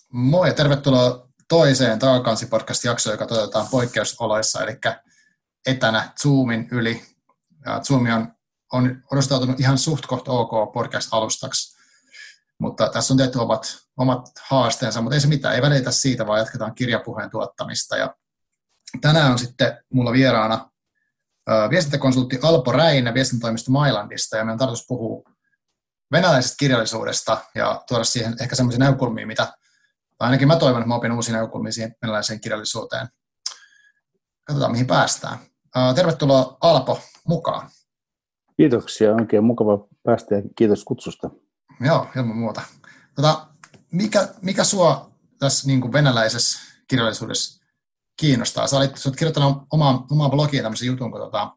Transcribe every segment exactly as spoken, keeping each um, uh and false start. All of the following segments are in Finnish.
Moi ja tervetuloa toiseen Taakansi-podcast-jaksoon, joka toteutetaan poikkeusoloissa, eli etänä Zoomin yli. Ja Zoom on, on odostautunut ihan suht koht ok podcast-alustaksi, mutta tässä on tehty omat, omat haasteensa, mutta ei se mitään, ei välitä siitä, vaan jatketaan kirjapuheen tuottamista. Ja tänään on sitten mulla vieraana ää, viestintäkonsultti Alpo Räinä viestintätoimisto Mailandista, ja meidän on tarkoitus puhua venäläisestä kirjallisuudesta ja tuoda siihen ehkä semmoisia näkökulmia, mitä ainakin mä toivon, että mä opin uusia näkökulmia siihen venäläiseen kirjallisuuteen. Katsotaan, mihin päästään. Tervetuloa Alpo mukaan. Kiitoksia, oikein mukava päästä ja kiitos kutsusta. Joo, ilman muuta. Tota, mikä, mikä sua tässä niin kuin venäläisessä kirjallisuudessa kiinnostaa? Sä olit, sä olet kirjoittanut omaa, omaa blogiin tämmöisen jutun, kun tota,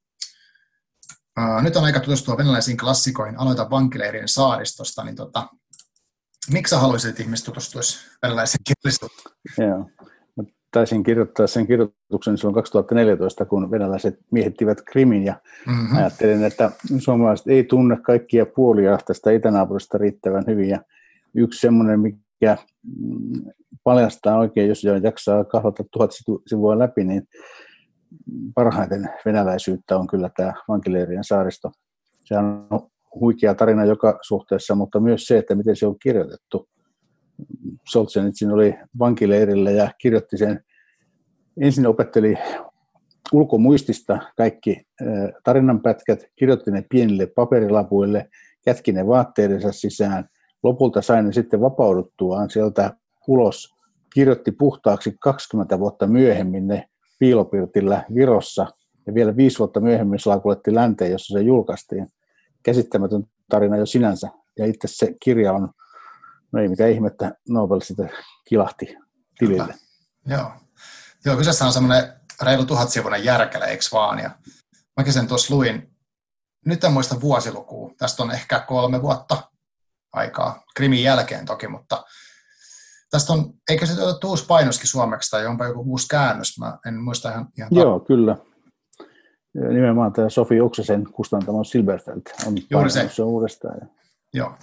ää, nyt on aika tutustua venäläisiin klassikoihin, aloita vankileirien saaristosta, niin tota, miksi sä haluaisit, että ihmiset tutustuisi venäläiseen kirjallisuuteen? Joo. Mä taisin kirjoittaa sen kirjoituksen silloin kaksituhattaneljätoista, kun venäläiset miehettivät Krimin, ja mm-hmm. ajattelin, että suomalaiset ei tunne kaikkia puolia tästä itänaapurista riittävän hyvin, ja yksi semmoinen, mikä paljastaa oikein, jos jaksaa kahlata tuhat sivua läpi, niin parhaiten venäläisyyttä on kyllä tämä vankileirien saaristo. Se on huikea tarina joka suhteessa, mutta myös se, että miten se on kirjoitettu. Solzhenitsyn oli vankileirillä ja kirjoitti sen, ensin opetteli ulkomuistista kaikki tarinanpätkät, kirjoitti ne pienille paperilapuille, kätki ne vaatteidensa sisään, lopulta sai ne sitten vapauduttuaan sieltä ulos, kirjoitti puhtaaksi kaksikymmentä vuotta myöhemmin ne piilopirtillä Virossa, ja vielä viisi vuotta myöhemmin salkuletti länteen, jossa se julkaistiin. Käsittämätön tarina jo sinänsä, ja itse se kirja on, no ei mitään ihmettä, Nobel sitä kilahti tilille. Joo. Joo, kyseessä on semmoinen reilu tuhatsivuinen järkele, eikö vaan, ja mäkin sen tuossa luin, nyt en muista vuosilukua, tästä on ehkä kolme vuotta aikaa, Krimin jälkeen toki, mutta tästä on, eikö se otettu uusi painoskin suomeksi, tai onpa joku uusi käännös, mä en muista ihan, ihan Joo, tar- kyllä. Nimenomaan tämä Sofi Oksasen kustantama Silberfeld on painanut se uudestaan. Joo.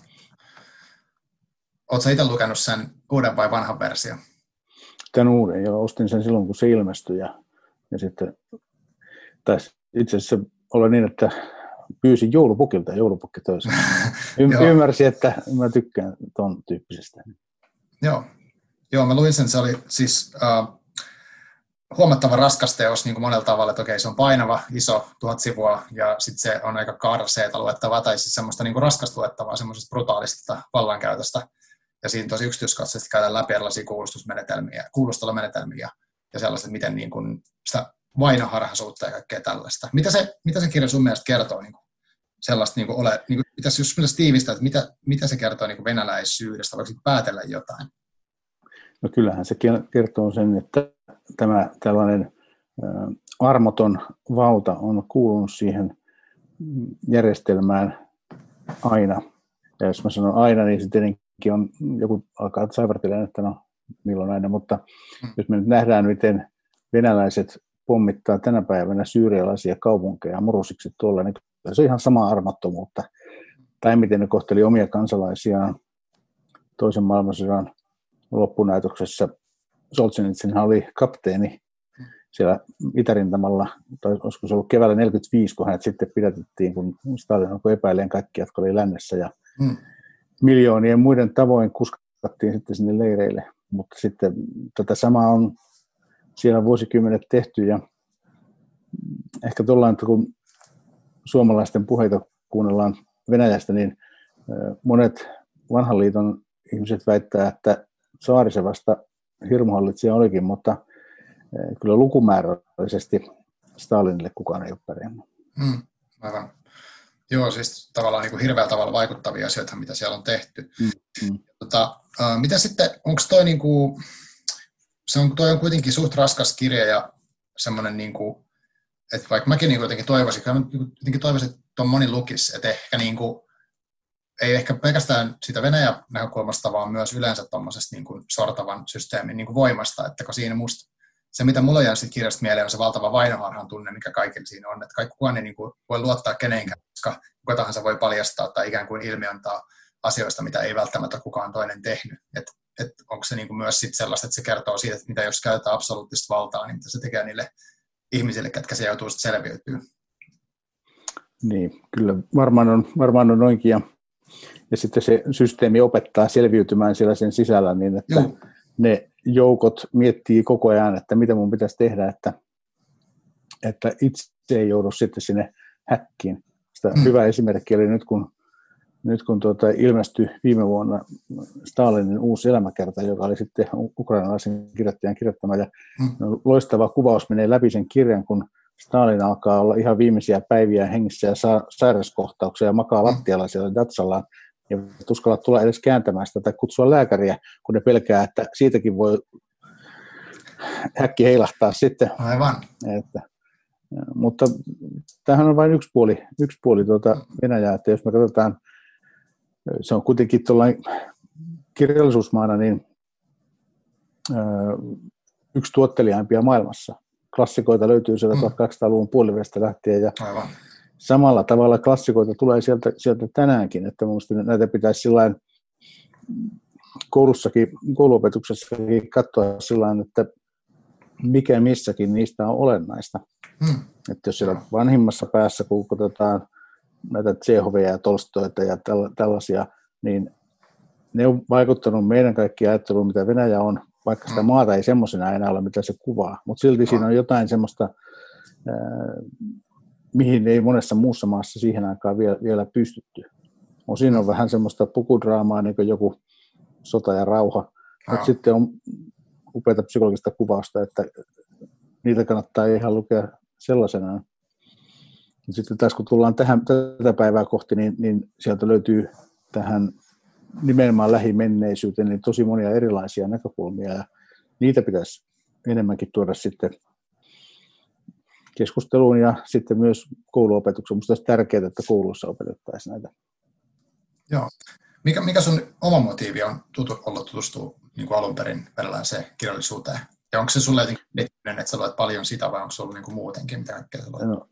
Oletko itse lukenut sen uuden vai vanhan version? Tämän uuden, joo. Ostin sen silloin, kun se ilmestyi. Ja, ja sitten taisi itse asiassa olla niin, että pyysin joulupukilta joulupukki toisen. Y- ymmärsin, että mä tykkään ton tyyppisestä. Joo. Joo, mä luin sen. Se oli siis Uh... huomattavan raskas teos niin kuin monella tavalla, että okei, se on painava, iso, tuhat sivua, ja sitten se on aika karseeta luettavaa, tai siis semmoista niin kuin raskasta luettavaa, semmoisesta brutaalista vallankäytöstä, ja siinä tosi yksityiskohtaisesti käydään läpi erilaisia kuulustusmenetelmiä, kuulustelumenetelmiä, ja sellaista, että miten niin kuin sitä vainoharhaisuutta ja kaikkea tällaista. Mitä se, mitä se kirja sun mielestä kertoo niin kuin sellaista, niin kuin ole, niin kuin, pitäisi, jos pitäisi tiivistää, että mitä, mitä se kertoo niin kuin venäläisyydestä, voiko päätellä jotain? No kyllähän se kertoo sen, että tämä tällainen armoton valta on kuulunut siihen järjestelmään aina. Ja jos mä sanon aina, niin se tietenkin on, joku alkaa saivartelemaan, että no milloin aina, mutta jos me nyt nähdään, miten venäläiset pommittaa tänä päivänä syyrialaisia kaupunkeja murusiksi tuolla, niin se on ihan sama armottomuutta. Tai miten ne kohteli omia kansalaisiaan toisen maailmansodan loppunäytöksessä. Solzhenitsynhan oli kapteeni siellä itärintamalla, tai olisiko se ollut keväällä neljäkymmentäviisi, kun hänet sitten pidätettiin, kun Stalin alkoi epäilemään kaikki, jotka oli lännessä, ja mm. miljoonien muiden tavoin kuskattiin sitten sinne leireille. Mutta sitten tätä samaa on siellä vuosikymmenet tehty, ja ehkä tuollain, kun suomalaisten puheita kuunnellaan Venäjästä, niin monet vanhan liiton ihmiset väittää, että Saarisen vasta hirmuhallitsija olikin, mutta kyllä lukumäärällisesti Stalinille kukaan ei ole pärjännyt. Mm, aivan. Joo, siis tavallaan niin kuin hirveällä tavalla vaikuttavia asioita, mitä siellä on tehty. Mm, mm. Tota, äh, mitä sitten, onko toi, niin kuin, se on, toi on kuitenkin suht raskas kirja ja semmoinen, niin kuin, että vaikka mäkin niin kuin jotenkin toivoisin, jotenkin toivoisin, että tuon moni lukisi, että ehkä niin kuin, ei ehkä pelkästään sitä Venäjän näkökulmasta, vaan myös yleensä tuommoisesta niin kuin sortavan systeemin niin kuin voimasta, että kun siinä musta se, mitä mulla on jäänyt siitä kirjasta mieleen, on se valtava vainoharhan tunne, mikä kaikilla siinä on, että kaikki kukaan ei niin kuin voi luottaa kenenkään, koska kuka tahansa voi paljastaa tai ikään kuin ilmiantaa asioista, mitä ei välttämättä kukaan toinen tehnyt. Et, et onko se niin kuin myös sit sellaista, että se kertoo siitä, että mitä jos käytetään absoluuttista valtaa, niin mitä se tekee niille ihmisille, ketkä se joutuu sitten selviytyä. Niin, kyllä varmaan on, varmaan on noinkin. Ja, ja sitten se systeemi opettaa selviytymään siellä sen sisällä niin, että Joo. ne joukot miettii koko ajan, että mitä mun pitäisi tehdä, että, että itse ei joudu sitten sinne häkkiin. Sitä mm. hyvä esimerkki oli nyt, kun, nyt kun tuota ilmestyi viime vuonna Stalinin uusi elämäkerta, joka oli sitten ukrainalaisen kirjoittajan kirjoittama. Ja mm. loistava kuvaus menee läpi sen kirjan, kun Stalin alkaa olla ihan viimeisiä päiviä hengissä ja saa sairauskohtauksia ja makaa lattialla siellä datsallaan. Ja uskalla tulla edes kääntämään sitä tai kutsua lääkäriä, kun ne pelkää, että siitäkin voi häkki heilahtaa sitten. Aivan. Että, mutta tämähän on vain yksi puoli, yksi puoli tuota Venäjää, että jos me katsotaan, se on kuitenkin tuollainen kirjallisuusmaana niin yksi tuotteliaimpia maailmassa. Klassikoita löytyy sieltä tuhatkahdeksansataaluvun puolivälistä lähtien ja Aivan. samalla tavalla klassikoita tulee sieltä, sieltä tänäänkin, että minusta näitä pitäisi sillain koulussakin, kouluopetuksessakin katsoa sillain, että mikä missäkin niistä on olennaista. Hmm. Että jos siellä vanhimmassa päässä kulkutetaan näitä Tsehoveja ja Tolstoita ja tällaisia, niin ne on vaikuttanut meidän kaikki ajatteluun, mitä Venäjä on, vaikka sitä maata ei semmoisena enää ole, mitä se kuvaa. Mutta silti siinä on jotain semmoista, ää, mihin ei monessa muussa maassa siihen aikaan vielä, vielä pystytty. On, siinä on vähän semmoista pukudraamaa, niin kuin joku sota ja rauha. Mutta sitten on upeata psykologista kuvausta, että niitä kannattaa ihan lukea sellaisenaan. Sitten taas kun tullaan tähän, tätä päivää kohti, niin, niin sieltä löytyy tähän nimenomaan lähimenneisyyteen niin tosi monia erilaisia näkökulmia, ja niitä pitäisi enemmänkin tuoda sitten keskusteluun ja sitten myös kouluopetukseen. Minusta olisi tärkeää, että koulussa opetettaisiin näitä. Joo. Mikä, mikä sun oma motiivi on tutu, ollut tutustua niin kuin alun perin venäläiseen kirjallisuuteen? Ja onko se sulle jotenkin netinen, että sä luet paljon sitä, vai onko se ollut niin kuin muutenkin, mitä kaikkea sä luet? No.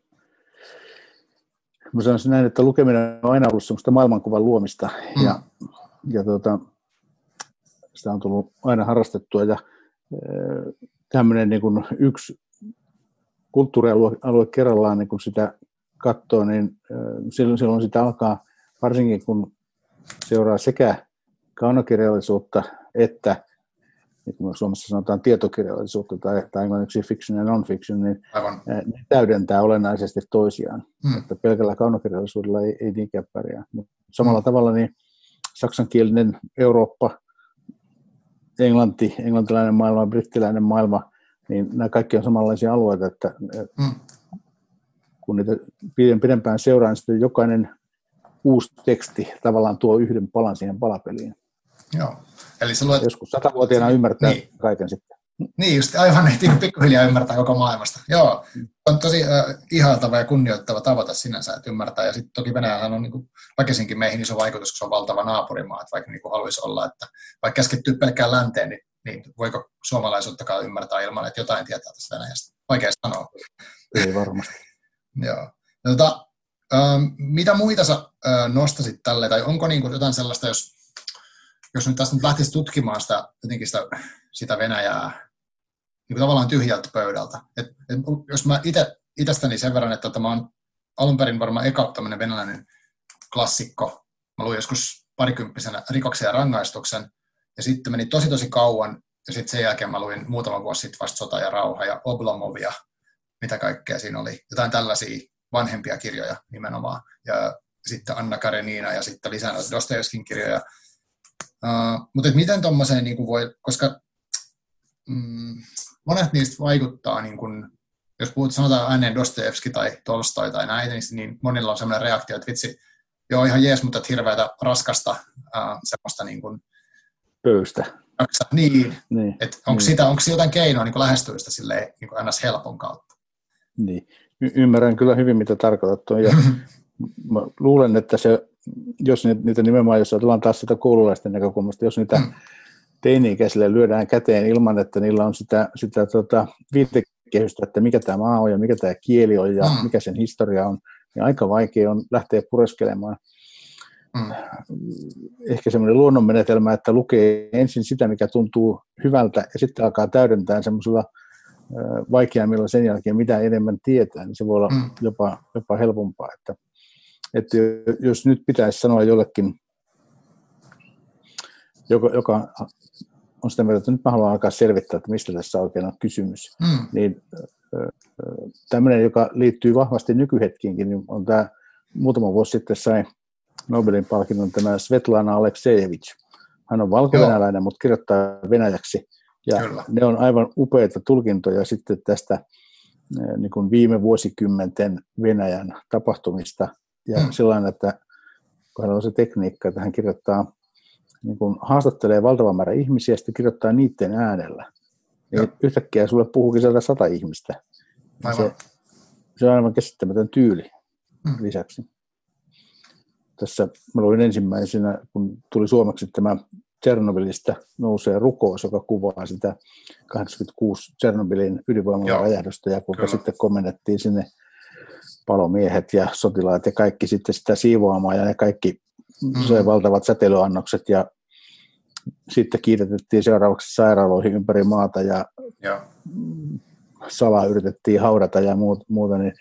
Mä sanoisin näin, että lukeminen on aina ollut semmoista maailmankuvan luomista, mm. ja, ja tuota, sitä on tullut aina harrastettua, ja e, tämmöinen niin kuin yksi kulttuurialue kerrallaan, niin kun sitä katsoo, niin e, silloin, silloin sitä alkaa, varsinkin kun seuraa sekä kaunokirjallisuutta että, niin kuin Suomessa sanotaan tietokirjallisuutta tai, tai englanniksi fiction ja non-fiction, niin Aivan. ne täydentää olennaisesti toisiaan. Hmm. Että pelkällä kaunokirjallisuudella ei, ei niinkään pärjää. Mutta samalla hmm. tavalla niin saksankielinen Eurooppa, englanti, englantilainen maailma, brittiläinen maailma, niin nämä kaikki on samanlaisia alueita, että hmm. kun niitä pidempään seuraa, niin sitten jokainen uusi teksti tavallaan tuo yhden palan siihen palapeliin. Joo. Eli sä luet... Joskus satavuotiaana ymmärtää niin. kaiken sitten. Niin, just aivan ehtii pikkuhiljaa ymmärtää koko maailmasta. Joo, on tosi äh, ihailtava ja kunnioittava tavoite sinänsä, että ymmärtää. Ja sitten toki Venäjähän on niin kuin, väkisinkin meihin iso vaikutus, kun se on valtava naapurimaa, että vaikka niin kuin haluaisi olla, että vaikka keskittyy pelkkään länteen, niin, niin voiko suomalaisuuttakaan ymmärtää ilman, että jotain tietää tästä Venäjästä? Vaikea sanoa. Ei varmasti. Joo. No, tota, ähm, mitä muita sä äh, nostasit tälle, tai onko niin kuin jotain sellaista, jos Jos nyt tässä nyt lähtisi tutkimaan sitä, jotenkin sitä, sitä Venäjää niin tavallaan tyhjältä pöydältä. Et, et, jos mä ite, itsestäni sen verran, että mä oon alun perin varmaan eka tämmöinen venäläinen klassikko. Mä luin joskus parikymppisenä Rikoksen ja rangaistuksen, ja sitten meni tosi tosi kauan, ja sitten sen jälkeen mä luin muutama vuosi sitten vasta Sota ja rauha ja Oblomovia, mitä kaikkea siinä oli. Jotain tällaisia vanhempia kirjoja nimenomaan. Ja sitten Anna Karenina ja sitten lisää Dostojevskin kirjoja. Uh, mutta miten tuommoiseen niin voi, koska mm, monet niistä vaikuttaa, niin kun, jos puhut, sanotaan ääneen Dostojevski tai Tolstoi tai näitä, niin, niin monilla on sellainen reaktio, että vitsi, joo ihan jees, mutta hirveätä raskasta uh, semmoista niin kuin, pöystä. Niin, niin että onko, niin. Sitä, onko se jotain keinoa niin lähestyä sitä silleen, niin kuin ns. Helpon kautta? Niin, y- ymmärrän kyllä hyvin, mitä tarkoitat. Ja mä luulen, että se jos niitä nimenomaan, jos ajatellaan taas sitä koululaisten näkökulmasta, jos niitä mm. teini-ikäisille lyödään käteen ilman, että niillä on sitä, sitä tota, viitekehystä, että mikä tämä maa on ja mikä tämä kieli on ja mm. mikä sen historia on, niin aika vaikea on lähteä pureskelemaan. mm. ehkä semmoinen luonnonmenetelmä, että lukee ensin sitä, mikä tuntuu hyvältä, ja sitten alkaa täydentää semmoisella vaikeammilla sen jälkeen, mitä enemmän tietää, niin se voi olla mm. jopa, jopa helpompaa. Että, että jos nyt pitäisi sanoa jollekin, joka, joka on sitä mieltä, että nyt mä haluan alkaa selvittää, että mistä tässä oikein on kysymys, mm. niin tämmöinen, joka liittyy vahvasti nykyhetkiinkin, niin on tämä muutama vuosi sitten sai Nobelin palkinnon tämä Svetlana Aleksejevich. Hän on valkovenäläinen, mutta kirjoittaa venäjäksi. Ja Kyllä. ne on aivan upeita tulkintoja sitten tästä niin kuin viime vuosikymmenten Venäjän tapahtumista. Ja mm. sellainen, että kun hänellä on se tekniikka, että hän kirjoittaa, niin kuin haastattelee valtavan määrä ihmisiä ja sitten kirjoittaa niiden äänellä. Niin yhtäkkiä sulle puhuukin sieltä sata ihmistä. Se, se on aivan käsittämätön tyyli mm. lisäksi. Tässä mä luin ensimmäisenä, kun tuli suomeksi tämä Tšernobylistä nousee rukous, joka kuvaa sitä kahdeksankymmentäkuusi Tšernobylin ydinvoimalan räjähdystä ja kuinka Kyllä. sitten komennettiin sinne palomiehet ja sotilaat ja kaikki sitten sitä siivoamaan ja ne kaikki mm. söi valtavat säteilyannokset ja sitten kiitettiin seuraavaksi sairaaloihin ympäri maata ja, ja. salaa yritettiin haudata ja muuta, niin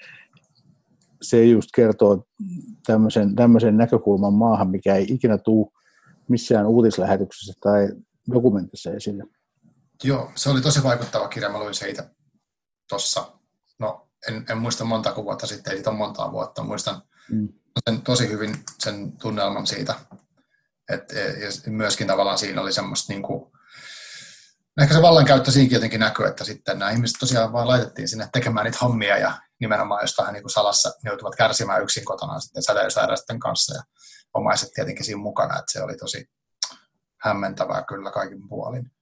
se just kertoo tämmöisen, tämmöisen näkökulman maahan, mikä ei ikinä tule missään uutislähetyksessä tai dokumentissa esille. Joo, se oli tosi vaikuttava kirja. Mä luin se itse tuossa, no en, en muista monta vuotta sitten, ei siitä ole montaa vuotta. Muistan mm. sen tosi hyvin sen tunnelman siitä. Et, ja myöskin tavallaan siinä oli semmoista, niin kuin, ehkä se vallankäyttö siinäkin jotenkin näkyy, että sitten nämä ihmiset tosiaan vaan laitettiin sinne tekemään niitä hommia ja nimenomaan jos vähän niin kuin salassa ne joutuvat kärsimään yksin kotona sitten säteilysairaisten kanssa ja omaiset tietenkin siinä mukana, että se oli tosi hämmentävää kyllä kaikin puolin.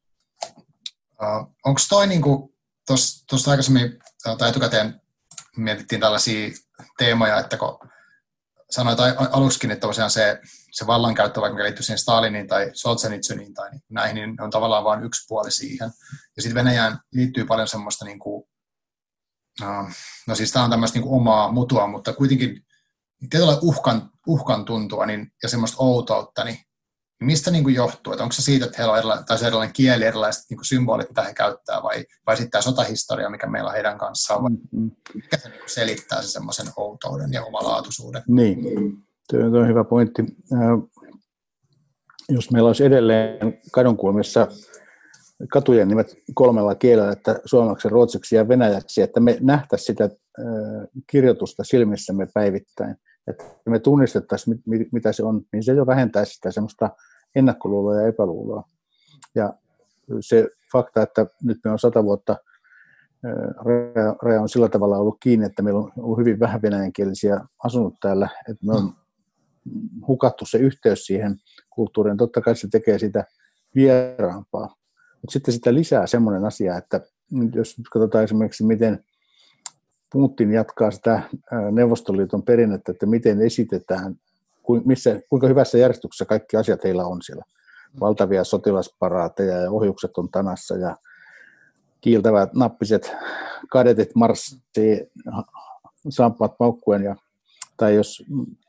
Uh, onko toi niin kuin, tuossa aikaisemmin tai etukäteen mietittiin tällaisia teemoja, että kun sanoit aluksikin, että tosiaan se, se vallankäyttö, vaikka mikä liittyy siihen Staliniin tai Solzhenitsyniin tai näihin, niin on tavallaan vain yksi puoli siihen. Ja sitten Venäjään liittyy paljon semmoista, niin kuin, uh, no siis tämä on tämmöistä niin kuin omaa mutua, mutta kuitenkin tietyllä uhkan, uhkan tuntua niin, ja semmoista outoutta, niin mistä niin kuin johtuu? Että onko se siitä, että heillä on erilainen, tai se erilainen kieli, erilaiset niin kuin symbolit, mitä he käyttää, vai, vai sitten tämä sotahistoria, mikä meillä on heidän kanssaan, vai mm-hmm. mikä se niin kuin selittää se semmoisen outouden ja omalaatuisuuden? Niin, tuo on hyvä pointti. Jos meillä olisi edelleen kadunkulmissa katujen nimet kolmella kielellä, että suomeksi, ruotsiksi ja venäjäksi, että me nähtäisiin sitä kirjoitusta silmissämme päivittäin, että me tunnistettaisiin, mitä se on, niin se jo vähentäisi sitä semmoista ennakkoluuloa ja epäluuloa. Ja se fakta, että nyt me on sata vuotta, raja on sillä tavalla ollut kiinni, että meillä on ollut hyvin vähän venäjänkielisiä asunut täällä, että me on hukattu se yhteys siihen kulttuuriin. Totta kai se tekee sitä vieraampaa. Mutta sitten sitä lisää semmoinen asia, että jos nyt katsotaan esimerkiksi, miten Putin jatkaa sitä Neuvostoliiton perinnettä, että miten esitetään, missä, kuinka hyvässä järjestyksessä kaikki asiat heillä on siellä. Valtavia sotilasparaateja ja ohjukset on tanassa ja kiiltävät nappiset kadetit marssii saappaat paukkuen. Ja, tai jos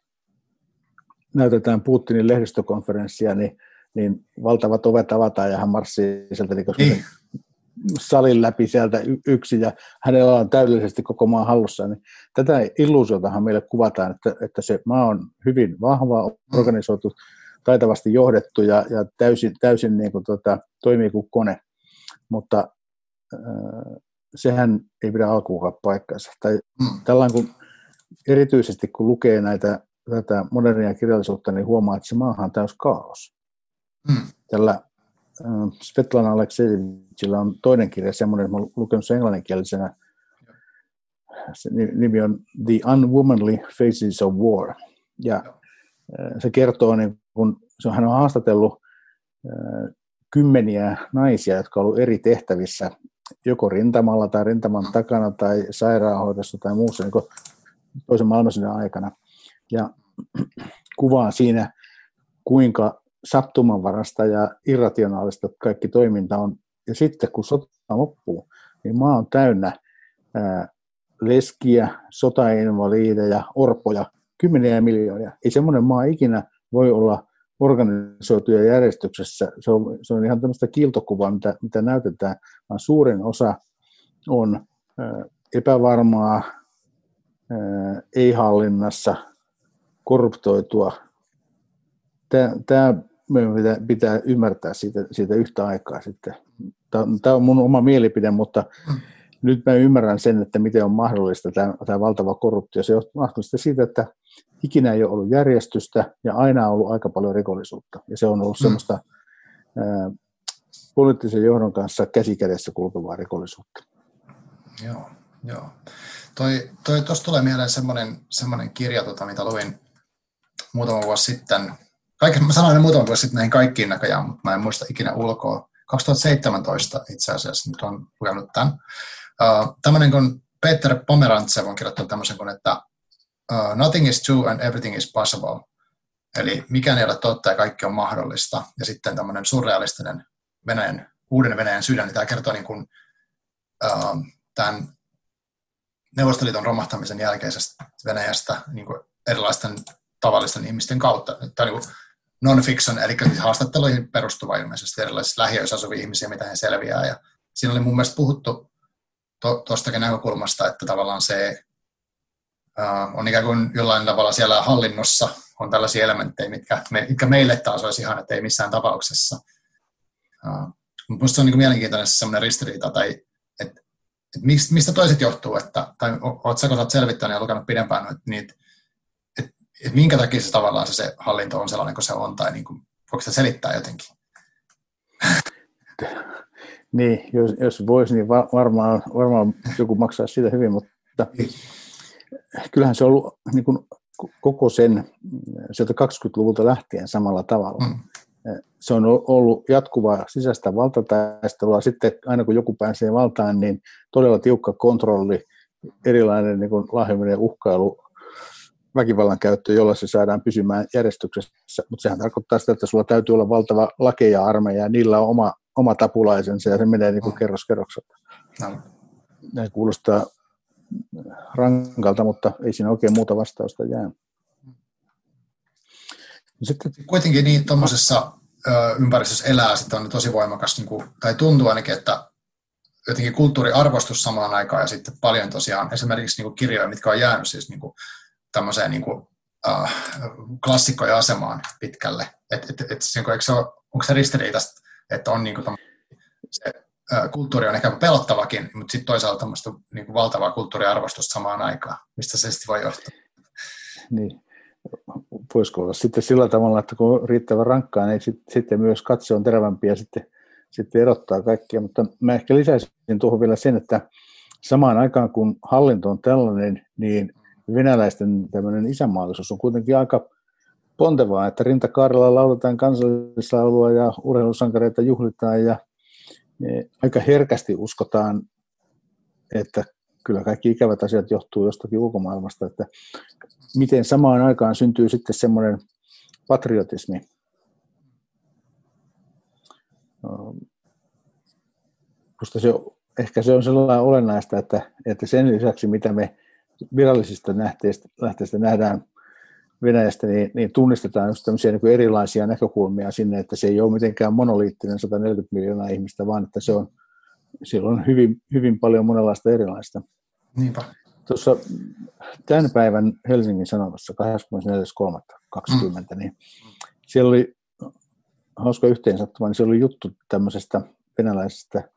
näytetään Putinin lehdistökonferenssia, niin, niin valtavat ovet avataan ja hän marssii sieltä niin salin läpi sieltä yksin ja hänellä on täydellisesti koko maan hallussa. Niin tätä illuusiotahan meille kuvataan, että, että se maa on hyvin vahva, organisoitu, taitavasti johdettu ja, ja täysin, täysin niin kuin, tota, toimii kuin kone. Mutta äh, sehän ei pidä alkuunkaan paikkaansa. Tai, mm. tällainen, kun, erityisesti kun lukee näitä, tätä modernia kirjallisuutta, niin huomaa, että se maahan on täys kaos. Mm. Tällä Svetlana Aleksejevichillä on toinen kirja, semmoinen, että olen lukenut sen englanninkielisenä. Se nimi on The Unwomanly Faces of War. Ja se kertoo, niin kun hän on haastatellut kymmeniä naisia, jotka ovat olleet eri tehtävissä, joko rintamalla tai rintaman takana tai sairaanhoidossa tai muussa niin toisen maailmansodan aikana. Ja kuvaa siinä, kuinka sattumanvarasta ja irrationaalista kaikki toiminta on. Ja sitten kun sota loppuu, niin maa on täynnä ää, leskiä, sotainvaliideja, orpoja, kymmeniä miljoonia. Ei semmoinen maa ikinä voi olla organisoituja järjestyksessä. Se on, se on ihan tämmöistä kiiltokuvaa, mitä, mitä näytetään, vaan suurin osa on epävarmaa, ei-hallinnassa, korruptoitua. Tämä, tämä meidän pitää, pitää ymmärtää siitä, siitä yhtä aikaa sitten. Tämä on mun oma mielipide, mutta mm. nyt mä ymmärrän sen, että miten on mahdollista tämä, tämä valtava korruptio. Se on mahdollista siitä, että ikinä ei ole ollut järjestystä ja aina on ollut aika paljon rikollisuutta. Ja se on ollut mm. semmoista ää, poliittisen johdon kanssa käsikädessä kulkevaa rikollisuutta. Joo, joo. Toi, toi, tuossa tulee mieleen semmoinen, semmoinen kirja, tota, mitä luin muutama vuosi sitten. Kaikki, mä sanoin ne muutama vuosi sitten näihin kaikkiin näköjään, mutta mä en muista ikinä ulkoa. kaksituhattaseitsemäntoista itse asiassa nyt on lukenut tämän. Uh, tämmöinen kuin Peter Pomerantsev on kirjoittanut tämmöisen kuin, että uh, nothing is true and everything is possible. Eli mikään ei ole totta ja kaikki on mahdollista. Ja sitten tämmöinen surrealistinen Venäjän, uuden Venäjän sydän, niin tämä kertoo niin kuin, uh, tämän Neuvostoliiton romahtamisen jälkeisestä Venäjästä niin kuin erilaisten tavallisten ihmisten kautta. Tämä on niin kuin non-fiction, eli siis haastatteluihin perustuva ilmeisesti erilaisissa lähiöissä asuvia ihmisiä, mitä he selviää. Ja siinä oli mun mielestä puhuttu tuostakin to, näkökulmasta, että tavallaan se uh, on ikään kuin jollain tavalla siellä hallinnossa on tällaisia elementtejä, mitkä, me, mitkä meille taas olisi ihan, että ei missään tapauksessa. Uh, mutta minusta se on niin kuin mielenkiintoinen sellainen ristiriita, tai että et mistä toiset johtuu, että, tai oletko sä, kun olet selvittänyt ja lukenut pidempään noita niitä, että et minkä takia se tavallaan se, se hallinto on sellainen kuin se on, tai niin kuin, voiko sitä selittää jotenkin? Niin, jos, jos voisi, niin varmaan, varmaan joku maksaa siitä hyvin, mutta kyllähän se on ollut niin kuin koko sen sieltä kaksikymmentäluvulta lähtien samalla tavalla. Mm. Se on ollut jatkuvaa sisäistä valtataistelua. Sitten aina kun joku pääsee valtaan, niin todella tiukka kontrolli, erilainen niin kuin lahjominen, uhkailu, väkivallan käyttö, jolla se saadaan pysymään järjestyksessä. Mutta sehän tarkoittaa sitä, että sulla täytyy olla valtava lakeja armeija, ja niillä on oma, oma tapulaisensa, ja se menee niin kuin kerros kerrokselta. No. Nämä kuulostaa rankalta, mutta ei siinä oikein muuta vastausta jää. Sitten kuitenkin niin tuommoisessa ympäristössä elää sitten on tosi voimakas, niin kuin, tai tuntuu ainakin, että jotenkin kulttuuriarvostus samaan aikaan ja sitten paljon tosiaan esimerkiksi niin kuin kirjoja, mitkä on jäänyt siis niin kuin tämmöiseen niin kuin, äh, klassikkojen asemaan pitkälle. Et, et, et, eikö se ole, onko se ristiriitaista, että on niin kuin se äh, kulttuuri on ehkä pelottavakin, mutta sitten toisaalta tämmöistä niin kuin valtavaa kulttuuriarvostusta samaan aikaan. Mistä se sitten voi johtaa? Niin. Voisiko olla sitten sillä tavalla, että kun on riittävän rankkaa, niin sitten myös katse on terävämpi ja sitten, sitten erottaa kaikkia. Mutta mä ehkä lisäisin tuohon vielä sen, että samaan aikaan kun hallinto on tällainen, niin venäläisten tämmöinen isänmaallisuus on kuitenkin aika pontevaa, että rintakaarella lauletaan kansallislaulua ja urheilusankareita juhlitaan ja aika herkästi uskotaan, että kyllä kaikki ikävät asiat johtuu jostakin ulkomaailmasta, että miten samaan aikaan syntyy sitten semmoinen patriotismi. Musta se, ehkä se on sellainen olennaista, että, että sen lisäksi, mitä me virallisista lähteistä, lähteistä nähdään Venäjästä, niin, niin tunnistetaan just tämmöisiä niin kuin erilaisia näkökulmia sinne, että se ei ole mitenkään monoliittinen sata neljäkymmentä miljoonaa ihmistä, vaan että se on, siellä on hyvin, hyvin paljon monenlaista erilaista. Niinpä. Tuossa tämän päivän Helsingin Sanomassa kahdeskymmenesneljäs kolmatta kaksikymmentä, niin siellä oli hauska yhteensattuma, niin siellä oli juttu tämmöisestä venäläisestä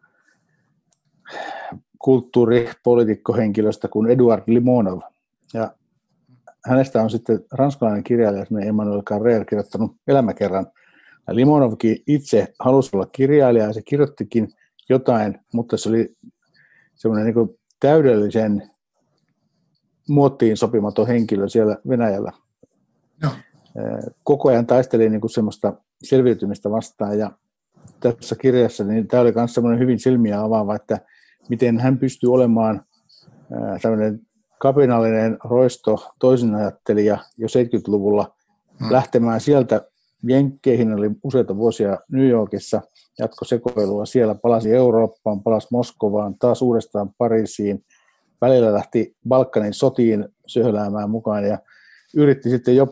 kulttuuripoliitikkohenkilöstä kuin Eduard Limonov. Ja hänestä on sitten ranskalainen kirjailija Emmanuel Carrère kirjoittanut elämäkerran. Ja Limonovkin itse halusi olla kirjailija ja se kirjoittikin jotain, mutta se oli semmoinen niin kuin täydellisen muottiin sopimaton henkilö siellä Venäjällä. No. Koko ajan taisteli niin kuin semmoista selviytymistä vastaan ja tässä kirjassa niin tämä oli myös semmoinen hyvin silmiä avaava, että miten hän pystyy olemaan tämmöinen kapinallinen roisto toisinajattelija jo seitsemänkymmentäluvulla hmm. lähtemään sieltä Jenkkeihin, oli useita vuosia New Yorkissa, jatko sekoilua siellä, palasi Eurooppaan, palasi Moskovaan, taas uudestaan Pariisiin, välillä lähti Balkanin sotiin söhöläämään mukaan ja yritti sitten jopa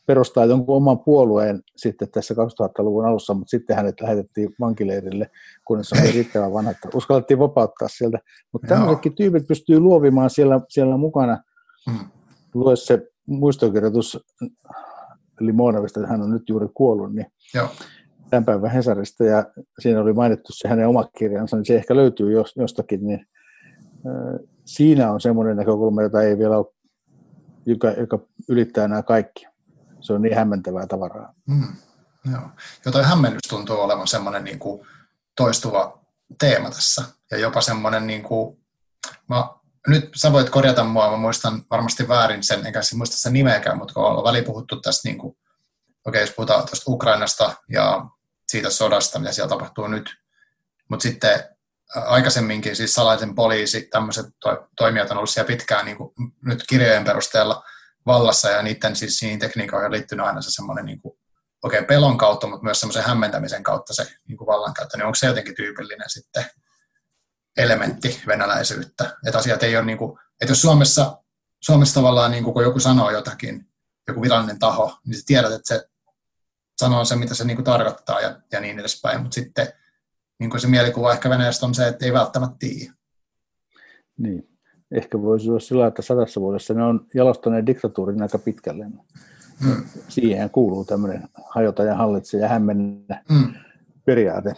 perustaa jonkun oman puolueen sitten tässä kaksituhattaluvun alussa, mutta sitten hänet lähetettiin vankileirille, kunnes oli riittävän vanha, että uskallettiin vapauttaa sieltä. Mutta tämmöisetkin tyypit pystyy luovimaan siellä, siellä mukana. Hmm. Lue se muistokirjoitus Limonovista, hän on nyt juuri kuollut, niin Joo. tämän päivän Hesarista, ja siinä oli mainittu se hänen oma kirjansa, niin se ehkä löytyy jostakin, niin äh, siinä on semmoinen näkökulma, jota ei vielä ole, joka, joka ylittää nämä kaikki. Se on niin hämmentävää tavaraa. Mm, joo. Ja toi hämmennys tuntuu olevan semmoinen niin kuin toistuva teema tässä. Ja jopa semmoinen, niin kuin, mä, nyt sä voit korjata mua, mä muistan varmasti väärin sen, enkä muista sen nimeäkään, mutta kun ollaan väliin puhuttu tästä, niin kuin, okei, jos puhutaan tuosta Ukrainasta ja siitä sodasta, mitä siellä tapahtuu nyt, mutta sitten aikaisemminkin siis salaisen poliisi, tämmöiset to- toimijat on ollut siellä pitkään niin kuin nyt kirjojen perusteella vallassa, ja niiden siis niihin tekniikoihin on liittynyt aina se semmoinen niin kuin, okei, pelon kautta, mutta myös semmoisen hämmentämisen kautta se niin kuin vallankäyttö, niin onko se jotenkin tyypillinen sitten elementti venäläisyyttä, että asiat ei ole niin kuin, että jos Suomessa, Suomessa tavallaan niin kuin, kun joku sanoo jotakin, joku virallinen taho, niin sä tiedät, että se sanoo se, mitä se niin kuin tarkoittaa ja, ja niin edespäin, mutta sitten niin kuin se mielikuva ehkä Venäjästä on se, että ei välttämättä tiedä. Niin. Ehkä voisi olla sillä, että sadassa vuodessa ne on jalostaneet diktatuurin aika pitkälle. Hmm. Siihen kuuluu tämmöinen hajota ja hallitse ja hämmennä hmm. periaate.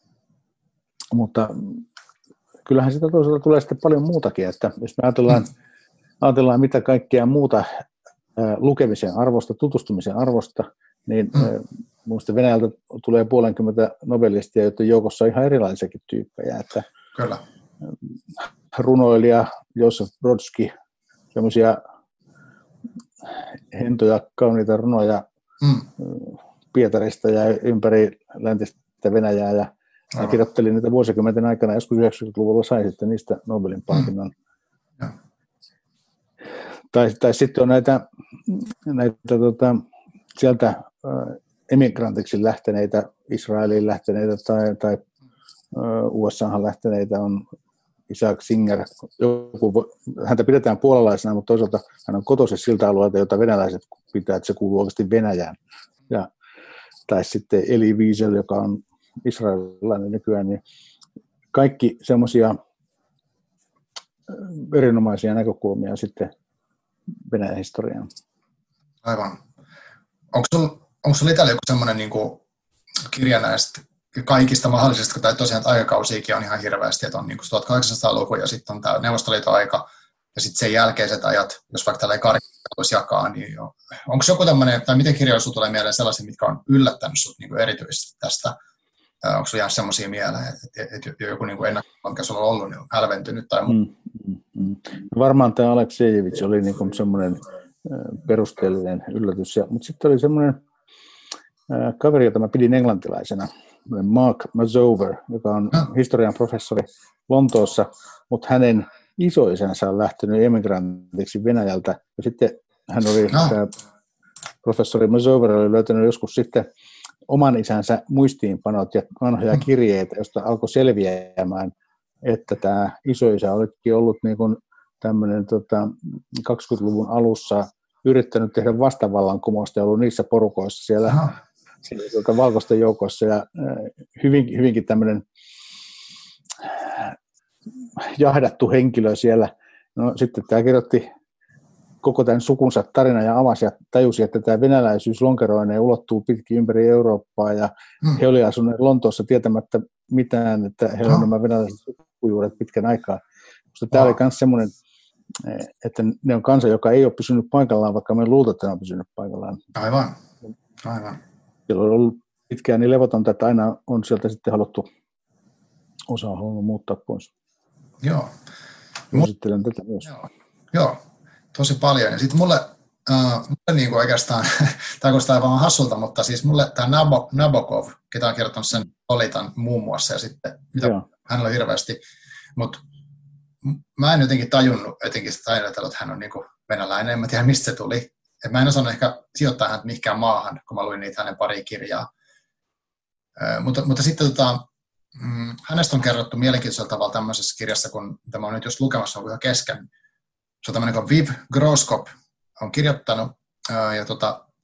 Mutta kyllähän sitä toisaalta tulee sitten paljon muutakin, että jos me ajatellaan, hmm. ajatellaan mitä kaikkea muuta ää, lukemisen arvosta, tutustumisen arvosta, niin hmm. ää, minusta Venäjältä tulee puolenkymmentä nobelistia, joiden joukossa on ihan erilaisiakin tyyppejä. Että, Kyllä. Runoilija Josef Brodski, semmoisia hentoja, kauniita runoja mm. Pietarista ja ympäri läntistä Venäjää, ja hän kirjoitteli niitä vuosikymmenten aikana, joskus yhdeksänkymmentäluvulla sai sitten niistä Nobelin palkinnon. Mm. Tai, tai sitten on näitä, näitä tota, sieltä äh, emigrantiksi lähteneitä, Israeliin lähteneitä tai, tai äh, U S A:han lähteneitä on Isaac Singer. Joku, häntä pidetään puolalaisena, mutta toisaalta hän on kotoisin siltä alueelta, jota venäläiset pitää, että se kuuluu oikeasti Venäjään. Ja, tai sitten Elie Wiesel, joka on israelilainen nykyään, niin kaikki semmoisia erinomaisia näkökulmia sitten Venäjän historiaan. Aivan. Onko sinulla sul itsellä joku semmoinen niin kuin kirja näistä kaikista mahdollisista, tai tosiaan aikakausiakin on ihan hirveästi, että on niin kuin tuhatkahdeksansataaluku ja sitten on tämä Neuvostoliiton aika ja sitten sen jälkeiset ajat, jos vaikka tällainen karikko voisi jakaa, niin jo. Onko joku tämmöinen, tai miten kirjoja sinulla tulee mieleen sellaisia, mitkä on yllättänyt sinut niin erityisesti tästä? Onko sinulla jäänyt sellaisia mieleen, että, että, että joku niin ennakko, mikä sinulla on ollut, niin on hälventynyt tai muu? Mm, mm, mm. Varmaan tämä Aleksejevits oli niin semmoinen perusteellinen yllätys, ja, mutta sitten oli semmoinen äh, kaveri, jota mä pidin englantilaisena, Mark Mazover, joka on historian professori Lontoossa, mutta hänen isoisänsä on lähtenyt emigrantiksi Venäjältä, ja sitten hän oli, no. tämä professori Mazover oli löytänyt joskus sitten oman isänsä muistiinpanot ja vanhoja kirjeitä, josta alkoi selviämään, että tämä isoisä olikin ollut niin kuin tämmöinen tota, kaksikymmentäluvun alussa yrittänyt tehdä vastavallankumousta ja ollut niissä porukoissa siellä, no. siellä tuota, valkoisten joukossa, ja hyvin, hyvinkin tämmöinen jahdattu henkilö siellä. No sitten tämä kirjoitti koko tämän sukunsa tarina ja avasi ja tajusi, että tämä venäläisyys lonkeroineen ulottuu pitkin ympäri Eurooppaa, ja hmm. he olivat asuneet Lontoossa tietämättä mitään, että heillä on no. nämä venäläiset sukujuuret pitkän aikaa. Mutta tämä no. oli myös semmoinen, että ne on kansa, joka ei ole pysynyt paikallaan, vaikka me luultaan, että ne on pysynyt paikallaan. Aivan, aivan. Siellä on ollut pitkään niin levotonta, että aina on sieltä sitten haluttu, osa on halunnut muuttaa pois. Joo. Suosittelen tätä myös. Joo, Joo. Tosi paljon. Ja sitten mulle, äh, mulle niin kuin oikeastaan, tämä kuulostaa vaan hassulta, mutta siis mulle tämä Nabokov, ketä on kertonut sen Lolitan muun muassa, ja sitten mitä hänellä on hirveästi, mutta mä en jotenkin tajunnut, jotenkin sitä ajatella, että hän on niin kuin venäläinen, en mä tiedä mistä se tuli. Et mä en osannut ehkä sijoittaa häntä mihinkään maahan, kun mä luin niitä hänen pari kirjaa. Äh, mutta, mutta sitten tota, mm, hänestä on kerrottu mielenkiintoisella tavalla tämmöisessä kirjassa, kun tämä on nyt just lukemassa, on ihan kesken. Se on tämmöinen kuin Viv Groskop on kirjoittanut ää, ja tota,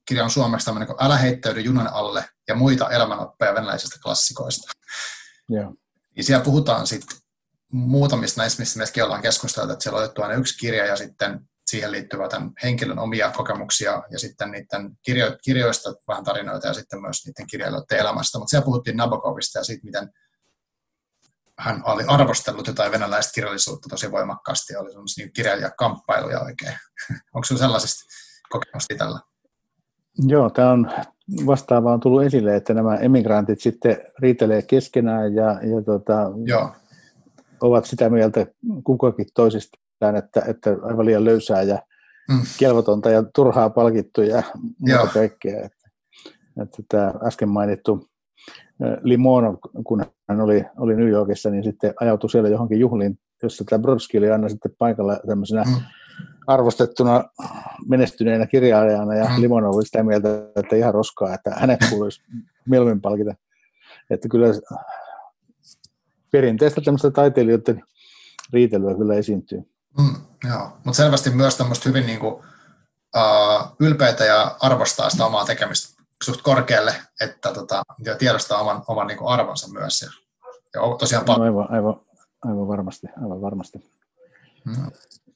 kirja on suomeksi tämmöinen kuin Älä heittäydy junan alle ja muita elämänoppeja venäläisistä klassikoista. Joo. Ja siellä puhutaan sitten muutamista näistä, mistä mekin ollaan keskusteltu, että siellä on otettu aina yksi kirja ja sitten siihen liittyvä tämän henkilön omia kokemuksia ja sitten niiden kirjo- kirjoista vähän tarinoita ja sitten myös niiden kirjailijoiden elämästä. Mutta siellä puhuttiin Nabokovista ja siitä, miten hän oli arvostellut jotain venäläistä kirjallisuutta tosi voimakkaasti ja oli sellaisia niin kirjailijakamppailuja oikein. Onko sinulla sellaisista kokemusta tällä? Joo, tämä on vastaavaa on tullut esille, että nämä emigrantit sitten riitelee keskenään ja, ja tota, Joo. ovat sitä mieltä kukakin toisistaan, että, että aivan liian löysää ja mm. kelvotonta ja turhaa palkittu ja muuta kaikkea. Että, että tämä äsken mainittu Limonov, kun hän oli, oli New Yorkissa, niin sitten ajautui siellä johonkin juhliin, jossa tämä Brodsky oli aina sitten paikalla tämmöisenä mm. arvostettuna menestyneenä kirjailijana, ja mm. Limonov oli sitä mieltä, että ihan roskaa, että hänet kuuluisi mieluummin palkita. Että kyllä perinteistä tämmöistä taiteilijoiden riitelyä kyllä esiintyy. Mm, joo, mutta selvästi myös tämmöistä hyvin niin kuin, uh, ylpeitä ja arvostaa sitä omaa tekemistä suht korkealle, että tota, ja tiedostaa oman, oman niin kuin arvonsa myös. Ja, ja tosiaan no, aivan, aivan, aivan varmasti. Aivan varmasti. Mm.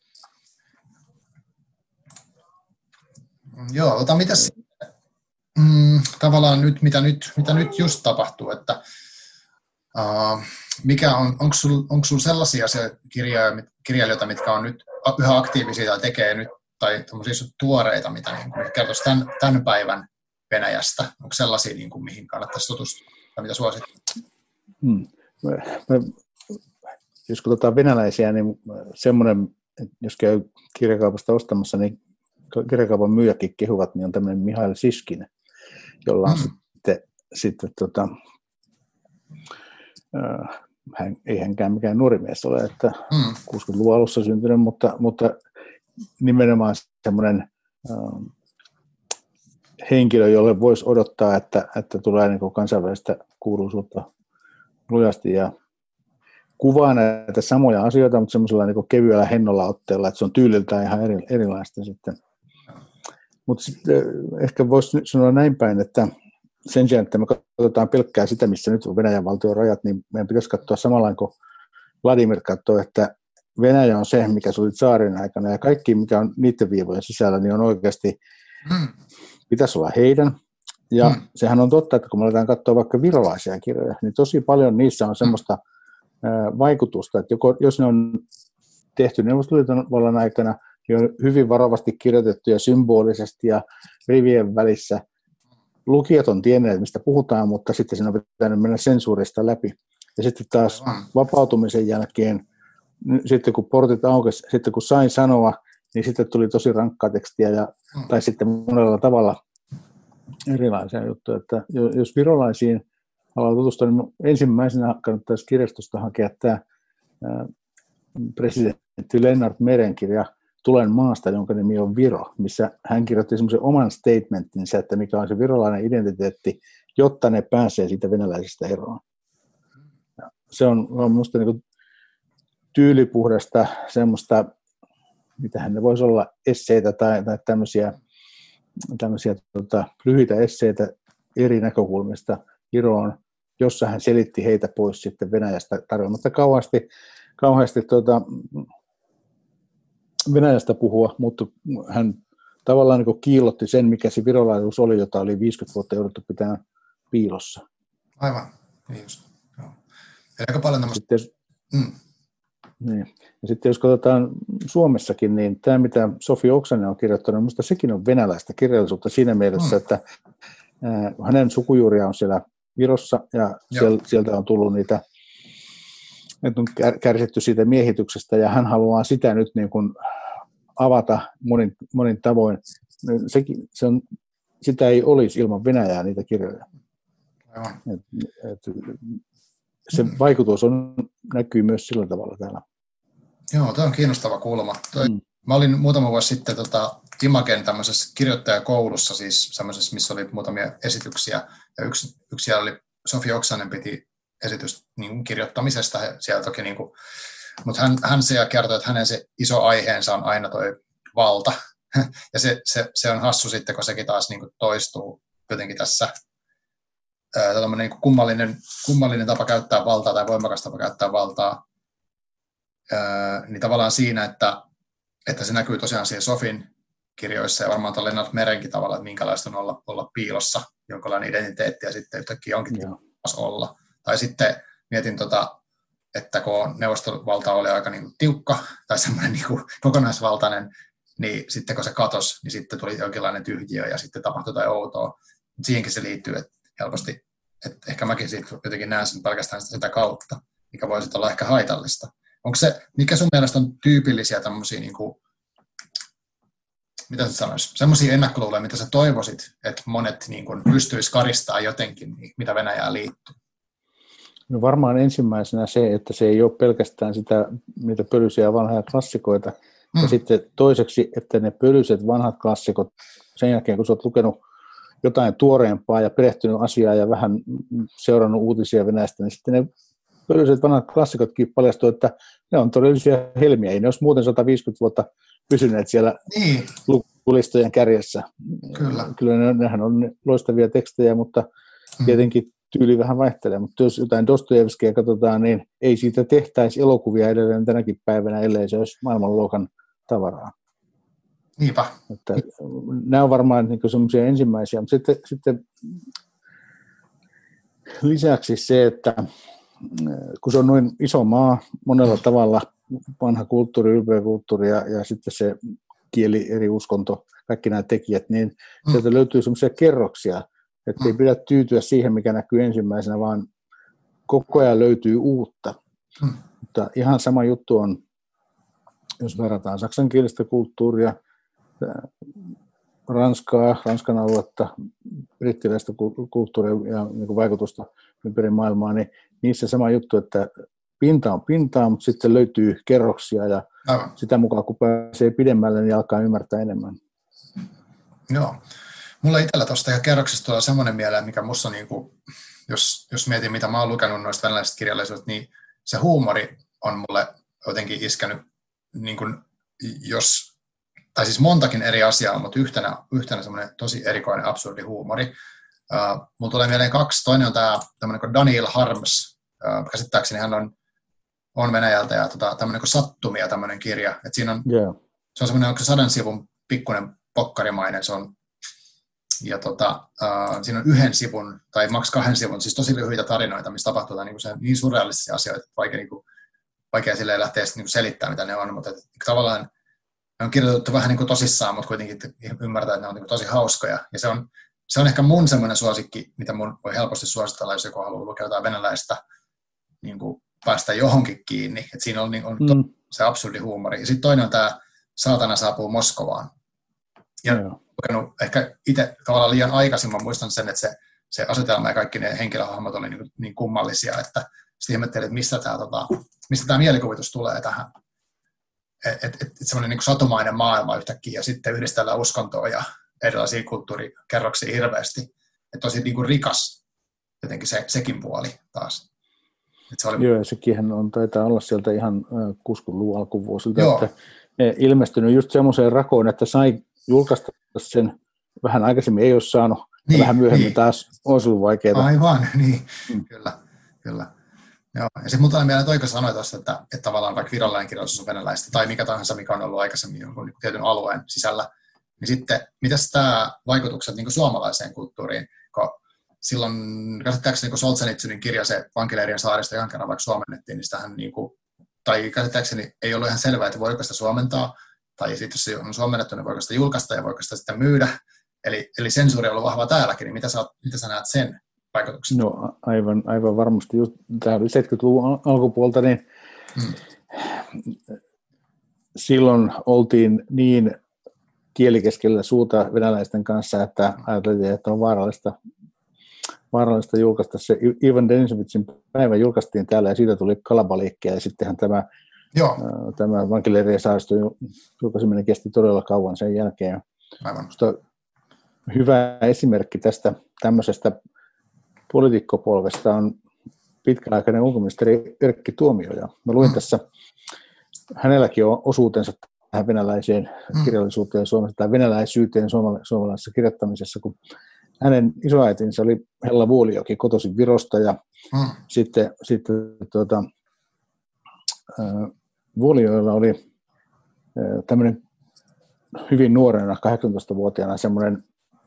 Joo, ota, mitäs, mm, tavallaan nyt, mitä nyt, mitä nyt just tapahtuu, että uh, mikä on, onko sulla onko sul sellaisia kirjailijoita, mitkä on nyt yhä aktiivisia tai tekee nyt, tai tämmöisiä tuoreita, mitä niin kuin kertoisi tämän, tämän päivän Venäjästä? Onko sellaisia, niin kuin, mihin kannattaisi tutustua, tai mitä suosit? Hmm. Me, me, jos katsotaan venäläisiä, niin semmoinen, jos käy kirjakaupasta ostamassa, niin kirjakaupan myyjäkin kehuvat, niin on tämmöinen Mihail Siskin, jolla on hmm. sitten, sitten tota, äh, hän, ei hänkään mikään nuori mies ole, että hmm. kuusikymmentäluvun alussa syntynyt, mutta, mutta nimenomaan semmoinen äh, henkilö, jolle voisi odottaa, että, että tulee niin kuin kansainvälistä kuuluisuutta lujasti ja kuvaa näitä samoja asioita, mutta semmoisella niin kuin kevyellä hennolla otteella, että se on tyyliltään ihan eri, erilaista sitten. Mutta ehkä voisi sanoa näin päin, että sen sijaan, että me katsotaan pelkkää sitä, missä nyt on Venäjän valtion rajat, niin meidän pitäisi katsoa samalla kuin Vladimir katsoi, että Venäjä on se, mikä se oli tsaarin aikana, ja kaikki, mikä on niiden viivojen sisällä, niin on oikeasti, mm. pitäisi olla heidän. Ja mm. sehän on totta, että kun me aletaan katsoa vaikka virolaisia kirjoja, niin tosi paljon niissä on semmoista mm. ää, vaikutusta, että joko, jos ne on tehty Neuvostoliiton vallan aikana, niin on hyvin varovasti kirjoitettu ja symbolisesti ja rivien välissä. Lukijat on tienneet, mistä puhutaan, mutta sitten siinä on pitänyt mennä sensuurista läpi. Ja sitten taas vapautumisen jälkeen, sitten kun portit aukesi, sitten kun sain sanoa, niin sitten tuli tosi rankkaa tekstiä ja, tai sitten monella tavalla erilaisia juttuja. Että jos virolaisiin haluaa tutustua, niin ensimmäisenä kannattaisi kirjastosta hakea tämä presidentti Lennart Meren kirja Tulen maasta, jonka nimi on Viro, missä hän kirjoitti semmoisen oman statementinsa, että mikä on se virolainen identiteetti, jotta ne pääsee siitä venäläisestä eroon. Ja se on, on minusta niin kuin tyylipuhdasta semmoista, mitähän ne voisi olla, esseitä tai, tai tämmöisiä, tämmöisiä tota, lyhyitä esseitä eri näkökulmista Viroon, jossa hän selitti heitä pois sitten Venäjästä tarjoamatta kauheasti, kauheasti tuota, Venäjästä puhua, mutta hän tavallaan niin kuin kiillotti sen, mikä se virolaisuus oli, jota oli viisikymmentä vuotta jouduttu pitämään piilossa. Aivan, niin just. Joo. Aika paljon tämmöistä. Sitten, mm. niin. Ja sitten jos katsotaan Suomessakin, niin tämä, mitä Sofi Oksanen on kirjoittanut, minusta sekin on venäläistä kirjallisuutta siinä mielessä, mm. että äh, hänen sukujuuria on siellä Virossa, ja siel, sieltä on tullut niitä, että on kärsitty siitä miehityksestä, ja hän haluaa sitä nyt niin kuin avata monin, monin tavoin. Sekin, se on, sitä ei olisi ilman Venäjää niitä kirjoja. Et, et, se vaikutus on, näkyy myös sillä tavalla täällä. Joo, tuo on kiinnostava kulma. Toi, mm. Mä olin muutama vuosi sitten tota, Imagen tämmöisessä kirjoittajakoulussa, siis semmoisessa, missä oli muutamia esityksiä, ja yksi, yksi siellä oli, Sofi Oksanen piti esitys niin kirjoittamisesta, siellä toki niin kuin, mutta hän, hän se kertoi, että hänen se iso aiheensa on aina toi valta, ja se, se, se on hassu sitten, kun sekin taas niin kuin toistuu jotenkin tässä tällainen niin kummallinen, kummallinen tapa käyttää valtaa tai voimakas tapa käyttää valtaa, ää, niin tavallaan siinä, että, että se näkyy tosiaan siellä Sofin kirjoissa ja varmaan tuon Lennart Merenkin tavalla, että minkälaista on olla, olla piilossa jonkinlainen identiteetti ja sitten yhtäkkiä onkin taas olla. Tai sitten mietin, tota, että kun neuvostovalta oli aika niin kuin tiukka tai semmoinen niin kuin kokonaisvaltainen, niin sitten kun se katosi, niin sitten tuli jonkinlainen tyhjiö ja sitten tapahtui jotain outoa. Siihenkin se liittyy, että helposti, että ehkä mäkin siitä jotenkin näen sen pelkästään sitä kautta, mikä voisi olla ehkä haitallista. Onko se, mikä sun mielestä on tyypillisiä tämmöisiä, niin kuin, mitä sä sanois, semmoisia ennakkoluuloja, mitä sä toivoisit, että monet niin kuin pystyisi karistamaan jotenkin, mitä Venäjään liittyy? No varmaan ensimmäisenä se, että se ei ole pelkästään sitä, niitä pölyisiä vanhoja klassikoita, mm. ja sitten toiseksi, että ne pölyiset vanhat klassikot, sen jälkeen kun sä oot lukenut jotain tuoreempaa ja perehtynyt asiaa ja vähän seurannut uutisia Venäjästä, niin sitten ne pölyiset vanhat klassikotkin paljastuu, että ne on todellisia helmiä. Ei ne olisi muuten sata viisikymmentä vuotta pysyneet siellä niin lukulistojen kärjessä. Kyllä. Kyllä ne, nehän on loistavia tekstejä, mutta mm. tietenkin tyyli vähän vaihtelee. Mutta jos jotain Dostojevskia katsotaan, niin ei siitä tehtäisi elokuvia edelleen tänäkin päivänä, ellei se olisi maailmanluokan tavaraa. Niinpä. Että nämä on varmaan niin semmoisia ensimmäisiä, mutta sitten, sitten lisäksi se, että kun se on noin iso maa monella tavalla, vanha kulttuuri, ylpeä kulttuuri ja, ja sitten se kieli, eri uskonto, kaikki nämä tekijät, niin mm. sieltä löytyy semmoisia kerroksia, että ei pidä tyytyä siihen, mikä näkyy ensimmäisenä, vaan koko ajan löytyy uutta. Mm. Mutta ihan sama juttu on, jos verrataan saksankielistä kulttuuria, Ranskaa, Ranskan aluetta, brittiläistä kulttuuria ja niin kuin vaikutusta ympäri maailmaa, niin niissä sama juttu, että pinta on pintaa, mutta sitten löytyy kerroksia ja Aivan. sitä mukaan, kun pääsee pidemmälle, niin alkaa ymmärtää enemmän. Joo. Mulla itsellä tuosta ihan kerroksista tulee semmoinen mieleen, mikä musta on, niin kuin, jos, jos mietin, mitä mä oon lukenut noista venäläisistä kirjallisuudesta, niin se huumori on mulle jotenkin iskenyt, niin kuin, jos tai siis montakin eri asiaa, mutta yhtenä, yhtenä semmoinen tosi erikoinen absurdi huumori. Uh, mulla tulee mieleen kaksi. Toinen on tämä tämmöinen kuin Daniel Harms. Uh, käsittääkseni hän on, on Venäjältä ja tota, tämmöinen kuin Sattumia tämmöinen kirja. Et siinä on, yeah. Se on semmoinen, onko se sadan sivun pikkuinen pokkarimainen. Se on, ja tota, uh, siinä on yhden sivun tai maks kahden sivun, siis tosi lyhyitä tarinoita, missä tapahtuu niin, se, niin surrealistisia asioita, että vaikea, niin kuin, vaikea silleen lähteä niin selittämään, mitä ne on. Mutta et, tavallaan ne on kirjoitettu vähän niin kuin tosissaan, mutta kuitenkin ymmärtää, että ne on niin kuin tosi hauskoja. Ja se on, se on ehkä mun semmoinen suosikki, mitä mun voi helposti suositella, jos joku haluaa lukea jotain venäläistä, niin kuin päästä johonkin kiinni. Et siinä on, niin on mm. se absurdi huumori. Ja sitten toinen on tämä Saatana saapuu Moskovaan. Ja mm. lukenut ehkä itse tavallaan liian aikaisin, mä muistan sen, että se, se asetelma ja kaikki ne henkilöhahmot oli niin, niin kummallisia, että sitten ihmettelin, että mistä tämä, tota, mistä tämä mielikuvitus tulee tähän. Että et, et semmoinen niin kuin satumainen maailma yhtäkkiä ja sitten yhdistellään uskontoa ja erilaisia kulttuurikerroksia hirveästi. Että tosi niin kuin rikas jotenkin se, sekin puoli taas. Et se oli... Joo, ja sekin on, taitaa olla sieltä ihan kuusikymmentäluvun alkuvuosilta, Joo. että ilmestynyt just semmoiseen rakoon, että sai julkaista sen vähän aikaisemmin, ei ole saanut, niin, vähän myöhemmin niin. Taas olisi ollut vaikeaa. Aivan, niin, mm. kyllä, kyllä. Joo. Ja sitten muuta mieleen toika sanoi tuosta, että, että tavallaan vaikka virallinen kirjallisuus on venäläistä tai mikä tahansa, mikä on ollut aikaisemmin jonkun niin tietyn alueen sisällä, niin sitten mitäs tämä vaikutukset niin kuin suomalaiseen kulttuuriin, kun silloin käsittääkseni kun Solzhenitsynin kirja se vankileirien saarista ihan kerran vaikka suomennettiin, niin sitähän niin kuin, tai käsittääkseni ei ollut ihan selvää, että voiko sitä suomentaa, tai sitten jos se on suomennettu, niin voiko sitä julkaista ja voiko sitä sitten myydä. Eli, eli sensuuri on ollut vahva täälläkin, niin mitä sä, mitä sä näet sen vaikutukset? No aivan, aivan varmasti. Just, tämä oli seitsemänkymmentäluvun alkupuolta, niin hmm. silloin oltiin niin kielikeskellä suuta venäläisten kanssa, että ajateltiin, että on vaarallista, vaarallista julkaista se. Ivan Denisovitsin päivä julkaistiin täällä ja siitä tuli kalabaliikkia ja sittenhän tämä, Joo. tämä vankileirien saariston julkaiseminen kesti todella kauan sen jälkeen. Aivan. Musta hyvä esimerkki tästä tämmöisestä poliitikkopolvesta on pitkäaikainen ulkoministeri Erkki Tuomioja. Mä luin tässä, hänelläkin on osuutensa tähän venäläiseen mm. kirjallisuuteen Suomessa tai venäläisyyteen suomalaisessa kirjoittamisessa, kun hänen isoäitinsä oli Hella Vuolijoki kotoisin Virosta ja mm. sitten, sitten tuota, äh, Vuolijoilla oli äh, tämmöinen hyvin nuorena, kahdeksantoistavuotiaana semmoinen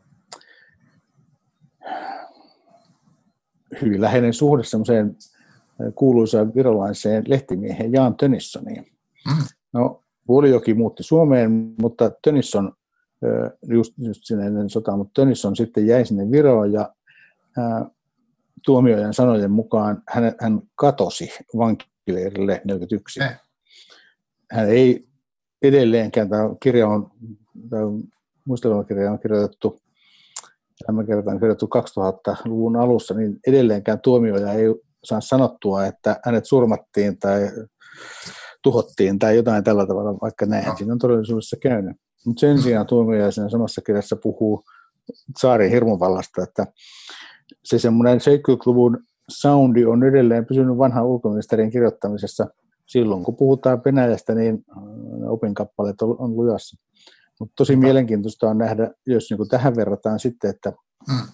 hyvin läheinen suhde semmoiseen kuuluisaan virolaiseen lehtimieheen Jaan Tönissoniin. Mm. No, Vuolijoki muutti Suomeen, mutta Tönisson, just, just sinne ennen sotaa, mutta Tönisson sitten jäi sinne Viroon ja ää, tuomiojan sanojen mukaan hän, hän katosi vankileirille neljäkymmentäyksi. Eh. Hän ei edelleenkään, tämä kirja on, tämä muistelmakirja on kirjoitettu, tämä kerta on kirjoitettu kaksituhattaluvun alussa, niin edelleenkään tuomioja ei saa sanottua, että hänet surmattiin tai tuhottiin tai jotain tällä tavalla, vaikka näin no. Siinä on todellisuudessa käynyt. Mutta sen sijaan tuomioja siinä samassa kirjassa puhuu tsaarin hirmuvallasta, että se semmoinen seitsemänkymmentäluvun soundi on edelleen pysynyt vanhan ulkoministerin kirjoittamisessa. Silloin kun puhutaan Venäjästä, niin opinkappaleet on, on lujassa. Mutta tosi mielenkiintoista on nähdä, jos niin tähän verrataan sitten, että mm.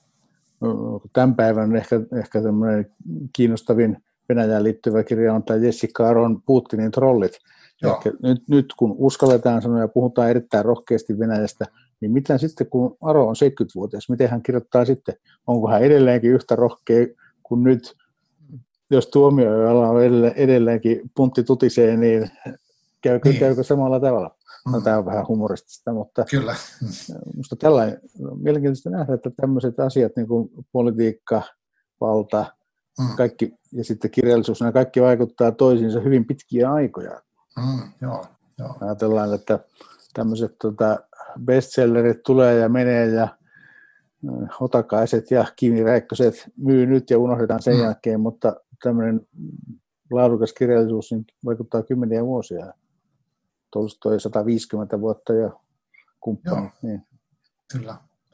tämän päivän ehkä, ehkä tämmöinen kiinnostavin Venäjään liittyvä kirja on tämä Jessica Aron Putinin trollit. Nyt, nyt kun uskalletaan sanoa ja puhutaan erittäin rohkeasti Venäjästä, niin mitä sitten kun Aro on seitsemänkymmentävuotias, miten hän kirjoittaa sitten? Onko hän edelleenkin yhtä rohkea kuin nyt, jos tuomioilla on edelleenkin puntti tutisee, niin käykö, niin. käykö samalla tavalla? No, mm. Tämä on vähän humoristista, mutta Kyllä. Minusta tällainen mielenkiintoista nähdä, että tämmöiset asiat niin kuin politiikka, valta, mm. kaikki, ja sitten kirjallisuus, nämä kaikki vaikuttaa toisiinsa hyvin pitkiä aikoja. Mm, joo, joo. Ajatellaan, että tämmöiset tota, bestsellerit tulee ja menee ja Otakaiset ja Kimi Räikköset myy nyt ja unohdetaan sen mm. jälkeen, mutta tämmöinen laadukas kirjallisuus niin vaikuttaa kymmeniä vuosia. Tolstoi sata viisikymmentä vuotta ja kumppani. Joo, niin. Kyllä.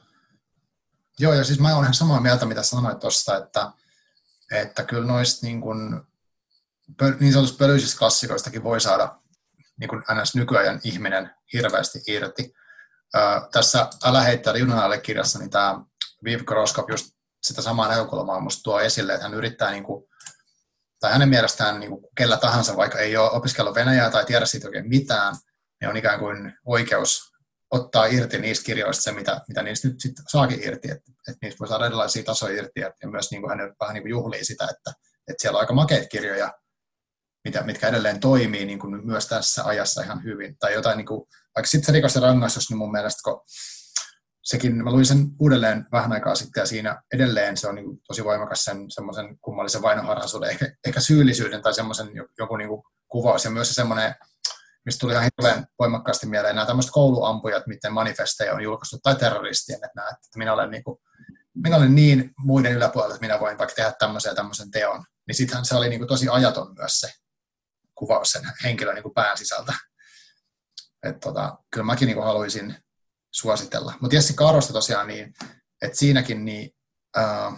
Joo, ja siis mä olen ihan samaa mieltä, mitä sanoit tuosta, että, että kyllä noista niin, kuin, niin sanotusta pölyisistä klassikoistakin voi saada niin kuin ns. Nykyajan ihminen hirveästi irti. Öö, tässä Älä heittää junanalle kirjassa, niin tämä Viv Groskop just sitä samaa näkökulmaa musta tuo esille, että hän yrittää, niin kuin, tai hänen mielestään niin kuin kellä tahansa, vaikka ei ole opiskellut venäjää tai tiedä siitä oikein mitään, niin on ikään kuin oikeus ottaa irti niistä kirjoista se, mitä, mitä niistä nyt sit saakin irti, että, että niistä voi saada erilaisia tasoja irti, ja myös niin kuin hän vähän niin kuin juhlii sitä, että, että siellä on aika makeita kirjoja, mitä, mitkä edelleen toimii niin kuin myös tässä ajassa ihan hyvin. Tai jotain, niin kuin, vaikka sitten se Rikos ja rangaistus, niin mun mielestä, kun sekin, mä luin sen uudelleen vähän aikaa sitten, ja siinä edelleen se on niin kuin tosi voimakas sen semmoisen kummallisen vainoharhaisuuden, ehkä, ehkä syyllisyyden tai semmoisen joku niin kuin kuvaus, ja myös se semmoinen, mistä tuli ihan hirveän voimakkaasti mieleen nämä tämmöiset kouluampujat, miten manifesteja on julkaistu, tai terroristien, että, nämä, että minä, olen niin kuin, minä olen niin muiden yläpuolella, että minä voin vaikka tehdä tämmöisen ja tämmöisen teon. Niin sittenhän se oli niin kuin tosi ajaton myös se kuvaus sen henkilön niin kuin pään sisältä. Että tota, kyllä mäkin niin kuin haluaisin suositella. Mutta Jessica Arosta tosiaan niin, että siinäkin niin, äh,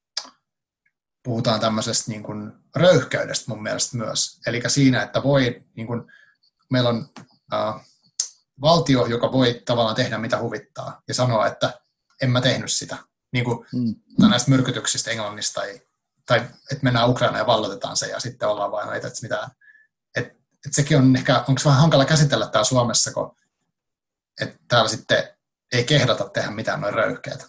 puhutaan tämmöisestä niin kuin röyhkeydestä mun mielestä myös. Eli siinä, että voi niin kuin, meillä on äh, valtio, joka voi tavallaan tehdä mitä huvittaa ja sanoa, että en mä tehnyt sitä. Niin kuin mm. näistä myrkytyksistä Englannista tai, tai että mennään Ukrainaan ja vallotetaan se ja sitten ollaan vain, no ei tässä mitään. Et, et sekin on ehkä, onko vähän hankala käsitellä täällä Suomessa, kun että täällä sitten ei kehdata tehdä mitään noin röyhkeitä.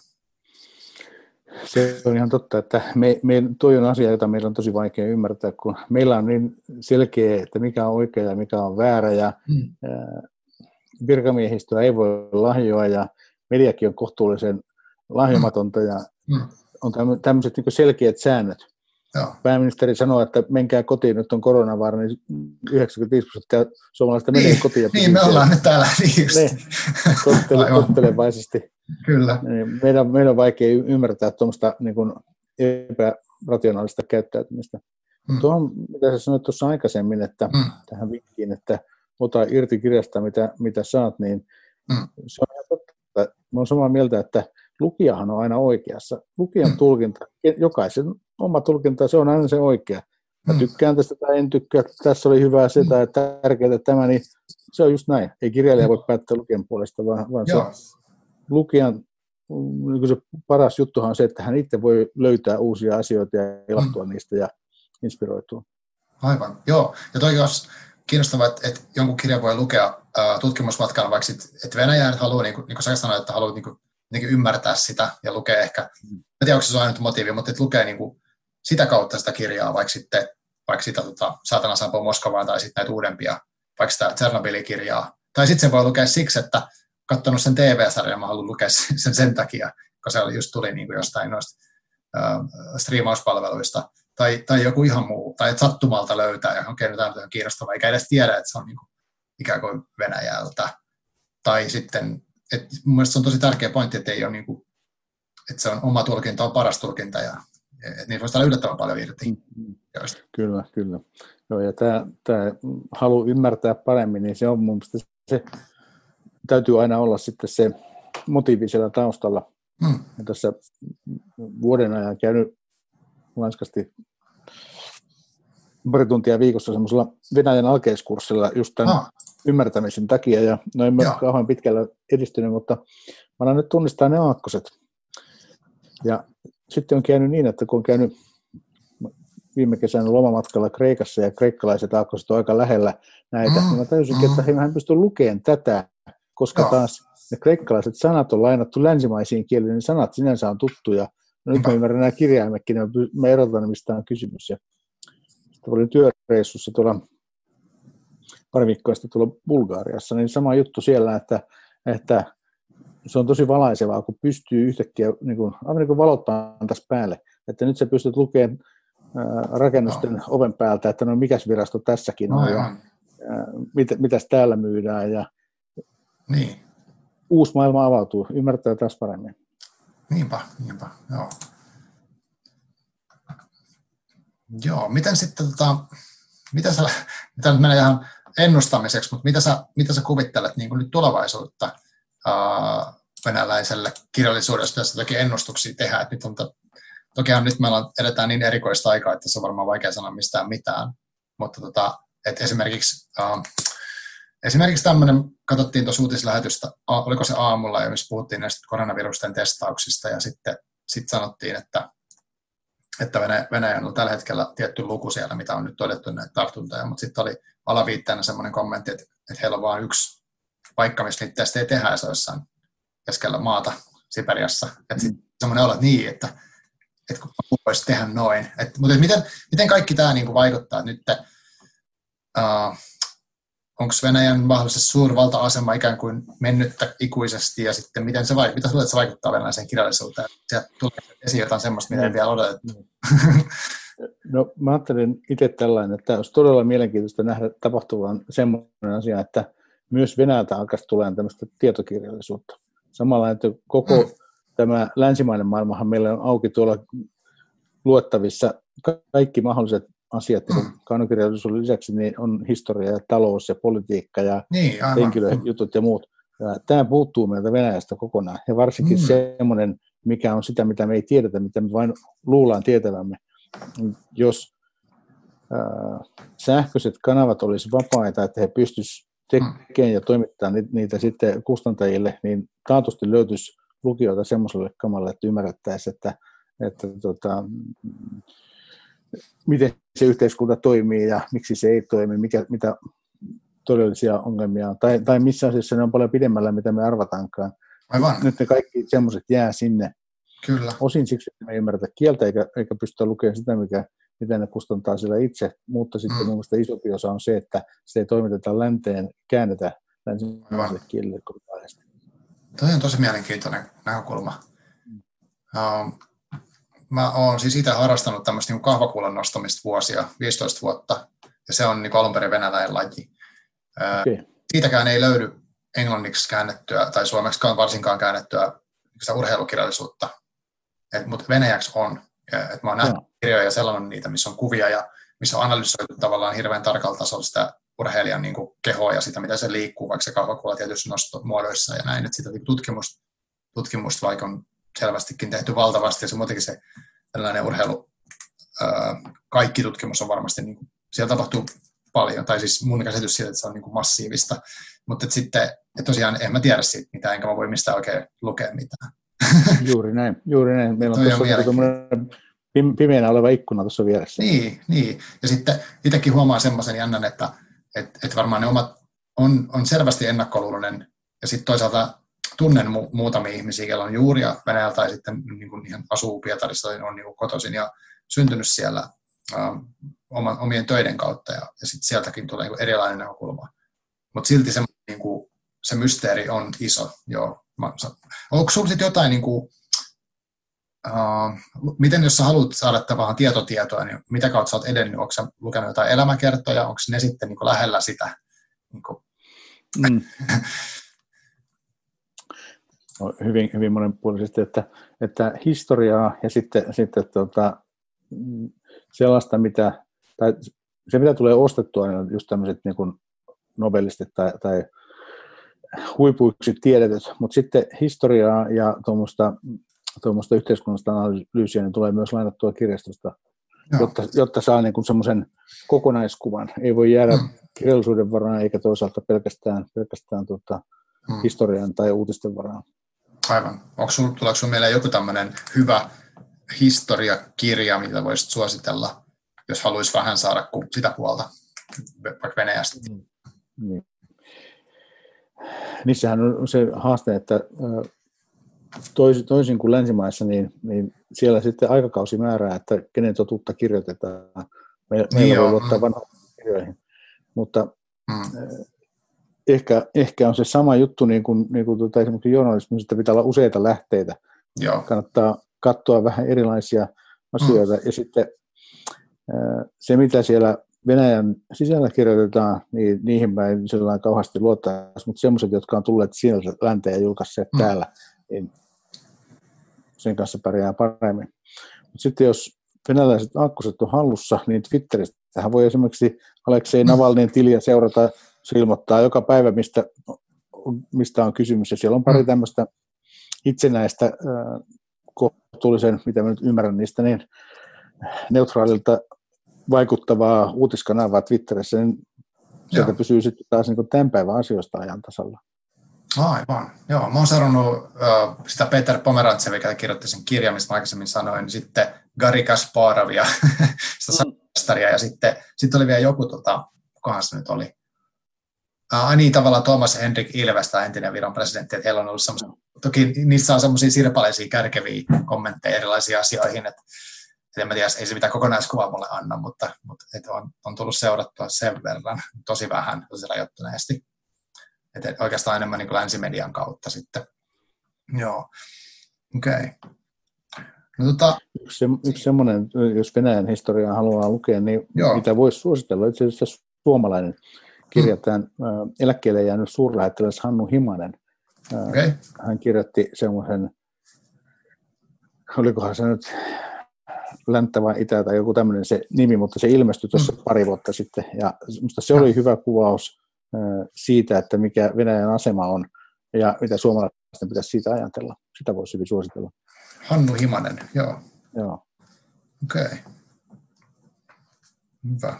Se on ihan totta, että me, me, toi on asia, jota meillä on tosi vaikea ymmärtää, kun meillä on niin selkeä, että mikä on oikea ja mikä on väärä, ja mm. virkamiehistöä ei voi lahjoa, ja mediakin on kohtuullisen lahjomatonta, ja mm. on tämmöiset niin kuin selkeät säännöt. Joo. Pääministeri sanoo, että menkää kotiin, nyt on koronavaara, niin yhdeksänkymmentäviisi prosenttia suomalaista menee niin, kotiin. Niin, me ollaan nyt täällä niin just. Ne, kottele, kottelevaisesti. Kyllä. Meidän, meidän on vaikea ymmärtää tuommoista niin kuin epärationaalista käyttäytymistä. Mm. Tuohon, mitä sä sanoit tuossa aikaisemmin, että mm. tähän vinkkiin, että ota irti kirjasta, mitä, mitä saat, niin mm. se on ihan totta. Mä olen samaa mieltä, että lukijahan on aina oikeassa. Lukijan mm. tulkinta, jokaisen oma tulkinta, se on aina se oikea. Mä tykkään tästä tai en tykkää, tässä oli hyvää se tai tärkeää tämä, niin se on just näin. Ei kirjailija voi päättää lukijan puolesta, vaan, vaan se lukijan niin se paras juttuhan on se, että hän itse voi löytää uusia asioita ja ilahtua mm. niistä ja inspiroitua. Aivan, joo. Ja toi olisi kiinnostavaa, että, että jonkun kirjan voi lukea uh, tutkimusmatkalla, vaikka sit, että Venäjä nyt haluaa, niin kuin, niin kuin sä sanoit, että haluaa niin kuin, niin kuin ymmärtää sitä ja lukea ehkä, mm. en tiedä, onko se ainut motiivi, mutta että lukee niin kuin sitä kautta sitä kirjaa, vaikka sitten vaikka sitä tota, Saatana saapuu Moskovaan tai sitten näitä uudempia, vaikka sitä Tsernobylin-kirjaa. Tai sitten se voi lukea siksi, että katsonut sen T V-sarjan, mä haluan lukea sen sen takia, kun se just tuli niin kuin jostain noista äh, striimauspalveluista. Tai, tai joku ihan muu, tai että sattumalta löytää, ja okei, nyt on kiinnostavaa, eikä edes tiedä, että se on niin kuin ikään kuin Venäjältä. Tai sitten, että mun mielestä se on tosi tärkeä pointti, että, ei ole niin kuin, että se on oma tulkinta, on paras tulkinta, ja että niitä voisi olla yllättävän paljon irti. Mm-hmm. Kyllä, kyllä. Joo, ja tämä, tämä halu ymmärtää paremmin, niin se on mun mielestä se, täytyy aina olla sitten se motiivi siellä taustalla. Mm. Ja tässä vuoden ajan käynyt lanskasti pari tuntia viikossa semmoisella Venäjän alkeiskurssilla just tämän ah. ymmärtämisen takia, ja no en ole kauhean pitkällä edistynyt, mutta mä alan nyt tunnistaa ne aakkoset. Ja sitten on käynyt niin, että kun on käynyt viime kesänä lomamatkalla Kreikassa ja kreikkalaiset aakkoset on aika lähellä näitä, mm. niin mä tajusinkin, että hei, mä en pysty lukemaan tätä, koska Joo. taas ne kreikkalaiset sanat on lainattu länsimaisiin kieliin, niin sanat sinänsä on tuttuja. No nyt mä ymmärrän nämä kirjaimetkin, niin mä erotan, mistä on kysymys. Ja sitten olin työreissussa tuolla pari viikkoa sitten tuolla Bulgariassa, niin sama juttu siellä, että, että se on tosi valaisevaa, kun pystyy yhtäkkiä, niin kuin, aivan niin kuin valot pantaisi päälle, että nyt sä pystyt lukemaan ää, rakennusten no. oven päältä, että no mikäs virasto tässäkin on, no, ja ää, mit, mitäs täällä myydään, ja niin. uusi maailma avautuu, ymmärtää taas paremmin. Niinpä, niinpä, joo. Joo, miten sitten, tota, mitä sä, mitä nyt menee ihan ennustamiseksi, mutta mitä sä, mitä sä kuvittelet niin kuin nyt tulevaisuutta ää, venäläiselle kirjallisuudesta, jos jotakin ennustuksia tehdään, että nyt on, tokihan nyt meillä edetään niin erikoista aikaa, että se on varmaan vaikea sanoa mistään mitään, mutta tota, että esimerkiksi ää, Esimerkiksi tämmöinen, katsottiin tuossa uutislähetystä, oliko se aamulla, missä puhuttiin näistä koronavirusten testauksista, ja sitten sit sanottiin, että, että Venäjä on tällä hetkellä tietty luku siellä, mitä on nyt todettu näitä tartuntoja, mutta sitten oli alaviitteenä semmoinen kommentti, että, että heillä on vain yksi paikka, missä niitä testejä tehdään, ja se on jossain keskellä maata Siperiassa. Että sitten semmoinen olo, että niin, että, että kun voisi tehdä noin. Et, mutta miten, miten kaikki tämä niin kuin vaikuttaa nyt? Uh, Onko Venäjän mahdollisesti suurvalta-asema ikään kuin mennyttä ikuisesti, ja sitten miten se, mitä luulet, se vaikuttaa venäläiseen kirjallisuuteen? Sieltä tulee esiin jotain semmoista, mitä ei vielä odotettu. No mä ajattelin itse tällainen, että olisi todella mielenkiintoista nähdä tapahtuvan semmoinen asia, että myös Venäjältä alkaisi tulemaan tämmöistä tietokirjallisuutta. Samalla, että koko mm. tämä länsimainen maailmahan meillä on auki tuolla luettavissa kaikki mahdolliset asiat, niin kaunokirjallisuuden lisäksi niin on historia ja talous ja politiikka ja niin, henkilöjutut ja muut. Ja tämä puuttuu meiltä Venäjästä kokonaan. Ja varsinkin mm. semmoinen, mikä on sitä, mitä me ei tiedetä, mitä me vain luullaan tietävämme. Jos äh, sähköiset kanavat olisi vapaita, että he pystyisivät tekemään ja toimittamaan niitä sitten kustantajille, niin taatusti löytyisi lukijoita semmoiselle kamalle, että ymmärrettäisiin, että, että tota, miten se yhteiskunta toimii ja miksi se ei toimi, mikä, mitä todellisia ongelmia on. Tai, tai missä asiassa ne on paljon pidemmällä, mitä me arvataankaan. Aivan. Nyt ne kaikki semmoiset jää sinne. Kyllä. Osin siksi, että me ei ymmärretä kieltä eikä, eikä pystytä lukemaan sitä, mikä, mitä ne kustantaa siellä itse. Mutta sitten mm. mun mielestä isompi osa on se, että se ei toimiteta länteen, käännetä länsimaiselle kielelle kokonaisesti. Toi on tosi mielenkiintoinen näkökulma. Mm. Um, Mä oon siis itse harrastanut tämmöistä niin kahvakuulan nostamista vuosia, viisitoista vuotta, ja se on niin alun perin venäläinen laji. Okay. Siitäkään ei löydy englanniksi käännettyä, tai suomeksikaan varsinkaan käännettyä urheilukirjallisuutta, Et, mutta venäjäksi on. Et mä oon nähnyt no. kirjoja ja sellainen niitä, missä on kuvia, ja missä on analysoitu tavallaan hirveän tarkalla tasolla sitä urheilijan niin kuin kehoa ja sitä, mitä se liikkuu, vaikka se kahvakuula tietysti nostomuodoissa ja näin, että sitä tutkimusta, tutkimusta vaikka on selvästikin tehty valtavasti, ja se muutenkin se tällainen urheilu, ää, kaikki tutkimus on varmasti, niin kuin, siellä tapahtuu paljon, tai siis mun käsitys siitä, että se on niin kuin massiivista, mutta sitten et tosiaan en mä tiedä siitä mitään, enkä mä voi mistään oikein lukea mitään. Juuri näin, juuri näin. Meillä on tuossa tuommoinen pimeänä oleva ikkuna tuossa vieressä. Niin, niin. Ja sitten itsekin huomaa semmoisen jännän, että et, et varmaan ne omat on, on selvästi ennakkoluuloinen, ja sitten toisaalta tunnen mu- muutamia ihmisiä, joilla on juuria Venäjältä, tai sitten niin kuin ihan asuu Pietarissa, on niin kuin kotoisin ja syntynyt siellä ähm, oman, omien töiden kautta, ja, ja sitten sieltäkin tulee niin kuin erilainen näkökulma. Mutta silti se, niin kuin, se mysteeri on iso. Joo. Onko sinulla sitten jotain, niin kuin, äh, miten jos sä haluat saada tavallaan tietotietoa, niin mitä kautta sä oot edennyt? Onko sä lukenut jotain elämäkertoja? Onko ne sitten niin kuin lähellä sitä? Niin kuin? Mm. No, hyvin, hyvin monenpuolisesti, että, että historiaa ja sitten, sitten tuota, sellaista, mitä, tai se mitä tulee ostettua, niin on just tämmöiset niin kuin novellistit tai, tai huipuiksi tiedetyt, mutta sitten historiaa ja tuommoista, tuommoista yhteiskunnallista analyysiä niin tulee myös lainattua kirjastosta, jotta, jotta saa niin kuin semmoisen kokonaiskuvan. Ei voi jäädä mm. kirjallisuuden varaan eikä toisaalta pelkästään, pelkästään tuota, mm. historian tai uutisten varaan. Aivan. Onko sinulla, tuleeko sinulla mieleen joku tämmöinen hyvä historiakirja, mitä voisit suositella, jos haluaisi vähän saada sitä puolta vaikka Venäjästä? Mm. Niin. Niissähän on se haaste, että toisin kuin länsimaissa, niin, niin siellä sitten aikakausi määrää, että kenen totuutta kirjoitetaan. Meillä niin voi luottaa vanhoihin kirjoihin, mutta mm. ehkä, ehkä on se sama juttu niin kuin, niin kuin tuota, esimerkiksi journalismissa, että pitää olla useita lähteitä. Joo. Kannattaa katsoa vähän erilaisia asioita mm. ja sitten se, mitä siellä Venäjän sisällä kirjoitetaan, niin niihin mä en sellainen kauheasti luottaisi, mutta sellaiset, jotka on tulleet sieltä länteen ja julkaisseet mm. täällä, niin sen kanssa pärjää paremmin. Mutta sitten jos venäläiset aakkoset on hallussa, niin Twitteristähän voi esimerkiksi Aleksei Navalnin tiliä seurata, se ilmoittaa joka päivä, mistä, mistä on kysymys, ja siellä on pari tämmöistä itsenäistä kohtuullisen, mitä mä nyt ymmärrän niistä, niin neutraalilta vaikuttavaa uutiskanavaa Twitterissä, niin sieltä Joo. pysyy sitten taas niin kuin tämän päivän asioista ajan tasalla. Aivan. Joo, mä oon seurannut uh, sitä Peter Pomerantsev, joka kirjoitti sen kirjan, mistä mä aikaisemmin sanoin, sitten Garri Kasparovia, sitä sastaria, ja sitten, sitten oli vielä joku, tota, kukahan se nyt oli? Uh, niin, tavallaan Thomas Henrik Ilvestä, entinen Viron presidentti, että heillä on ollut semmoisia, toki niissä on semmoisia sirpaleisia kärkeviä kommentteja erilaisiin asioihin, että en mä tiedä, ei se mitään kokonaiskuvaa mulle anna, mutta, mutta et on, on tullut seurattua sen verran, tosi vähän, tosi rajoittuneesti. Et oikeastaan enemmän niin kuin länsimedian kautta sitten. Joo, okei. Okay. No, tota... Yksi, yksi semmoinen, jos Venäjän historiaa haluaa lukea, niin Joo. mitä voisi suositella, itse asiassa suomalainen kirja, tämän mm. eläkkeelle jäänyt suurlähettiläs Hannu Himanen. Okay. Hän kirjoitti semmoisen, olikohan se nyt länttä vai itä tai joku tämmöinen se nimi, mutta se ilmestyi tuossa mm. pari vuotta sitten. Ja minusta se oli hyvä kuvaus siitä, että mikä Venäjän asema on ja mitä suomalaisten pitäisi siitä ajatella. Sitä voisi hyvin suositella. Hannu Himanen, joo. Joo. Okei. Okay. Hyvä.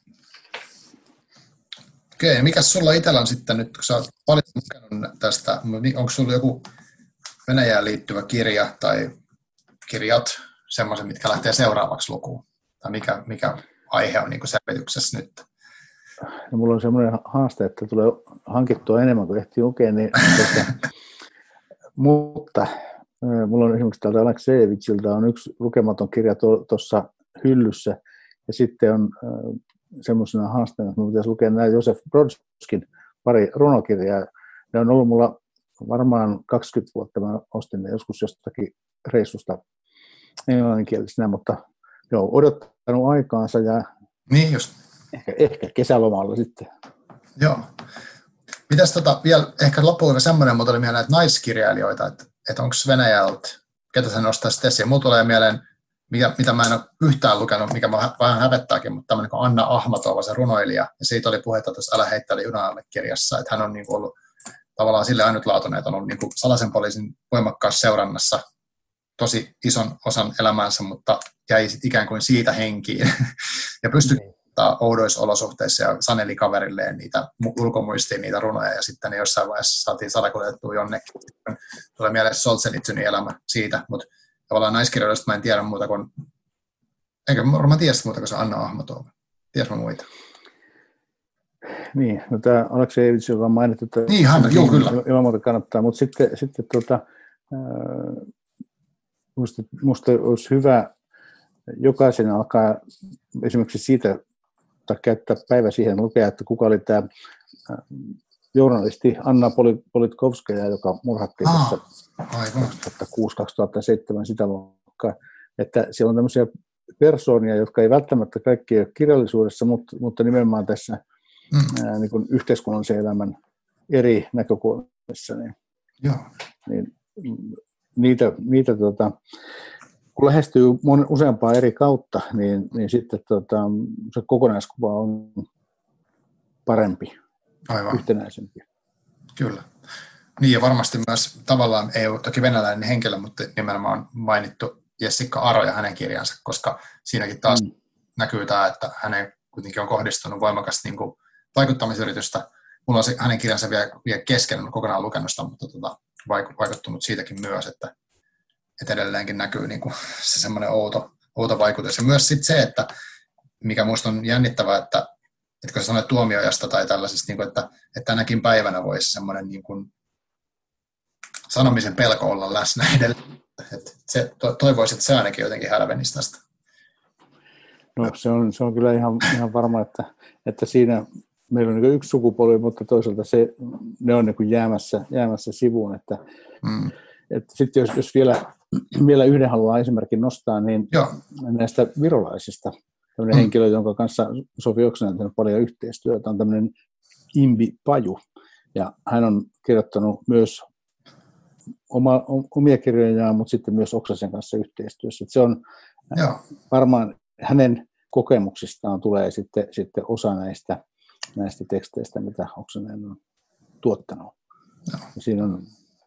Okei, okay, mikäs sulla itsellä on sitten nyt, kun sä oot paljon lukenut tästä, onko sulla joku Venäjään liittyvä kirja tai kirjat, semmoiset, mitkä lähtee seuraavaksi lukuun? Tai mikä, mikä aihe on niin kuin selvityksessä nyt? No, mulla on semmoinen haaste, että tulee hankittua enemmän kuin ehtii lukea, niin, että, mutta mulla on esimerkiksi täältä Aleksejevitsilta on yksi lukematon kirja tuossa hyllyssä, ja sitten on äh, semmoisena haasteena, että minun pitäisi lukea nämä Josef Brodskin pari runokirjaa. Ne on ollut mulla varmaan kaksikymmentä vuotta, mä ostin ne joskus jostakin reissusta englanninkielisenä, mutta joo, odottanut aikaansa ja niin just. Ehkä, ehkä kesälomalla sitten. Joo. Mitäs tota, vielä ehkä loppuun semmoinen, mutta oli mieleen näitä naiskirjailijoita, että, että onko Venäjältä, ketä sä nostaisit esiin. Mulla tulee mieleen, mikä, mitä mä en ole yhtään lukenut, mikä mä vähän hävettääkin, mutta tämmöinen kuin Anna Ahmatova, se runoilija, ja siitä oli puhetta tuossa Älä heittäile junalle -kirjassa, että hän on niin kuin ollut tavallaan sille ainutlaatuinen, että on ollut niin kuin salaisen poliisin voimakkaassa seurannassa tosi ison osan elämäänsä, mutta jäi sit ikään kuin siitä henkiin. Ja pystyi kirjoittaa oudoissa olosuhteissa ja saneli kaverilleen niitä ulkomuistiin niitä runoja ja sitten ne jossain vaiheessa saatiin salakuljetettua jonnekin. Tulee mieleen Solzhenitsynin elämä siitä, mutta tavallaan naiskirjoitusta mä en tiedä muuta kuin, eikä varmaan tiedä muuta kuin se Anna Ahmatova. Tiedätkö mä muita? Niin, no tämä Aleksejevits, joka on mainittu, että niin, hän, joo, kyllä. Ilman muuta kannattaa, mutta sitten, sitten tuota, äh, musta, musta olisi hyvä jokaisen alkaa esimerkiksi siitä, tai käyttää päivä siihen lukea, että kuka oli tämä äh, journalisti Anna Politkovskaja, joka murhattiin ah, kaksituhattakuusi kaksituhattaseitsemän sitä luokkaa, että siellä on tämmöisiä persoonia, jotka ei välttämättä kaikki ole kirjallisuudessa, mutta, mutta nimenomaan tässä mm. ää, niin kuin yhteiskunnallisen elämän eri näkökulmissa, niin, niin niitä, niitä tota, kun lähestyy mon, useampaa eri kautta, niin, niin sitten tota, se kokonaiskuva on parempi, aivan. Yhtenäisempi. Kyllä. Niin ja varmasti myös tavallaan ei ole toki venäläinen henkilö, mutta nimenomaan mainittu Jessica Aro ja hänen kirjansa, koska siinäkin taas mm. näkyy tämä, että hänen kuitenkin on kohdistunut voimakas niin kuin vaikuttamisyritystä. Mulla on se, hänen kirjansa vielä, vielä kesken, en kokonaan lukenut sitä, mutta tota, vaikuttunut siitäkin myös, että, että edelleenkin näkyy niin kuin se semmoinen outo, outo vaikutus. Ja myös sit se, että mikä minusta on jännittävää, että, että kun sä sanoit tuomioajasta tai tällaisesta, niin kuin, että, että tänäkin päivänä voisi semmoinen niin kuin sanomisen pelko olla läsnä edelleen. Että se, to, toivoisin, että se ainakin jotenkin hälvenisi tästä. No se on, se on kyllä ihan, ihan varma, että, että siinä meillä on niin yksi sukupolvi, mutta toisaalta se, ne on niin jäämässä, jäämässä sivuun. Että, mm. että sitten jos, jos vielä, vielä yhden haluaa esimerkin nostaa, niin Joo. näistä virolaisista. Tämmöinen mm. henkilö, jonka kanssa Sofi Oksanen on tehnyt paljon yhteistyötä, on tämmöinen Imbi Paju. Ja hän on kirjoittanut myös Oma, omia kirjojaan, mutta sitten myös Oksasen kanssa yhteistyössä. Että se on Joo. varmaan hänen kokemuksistaan tulee sitten, sitten osa näistä, näistä teksteistä, mitä Oksanen on tuottanut. Siinä on,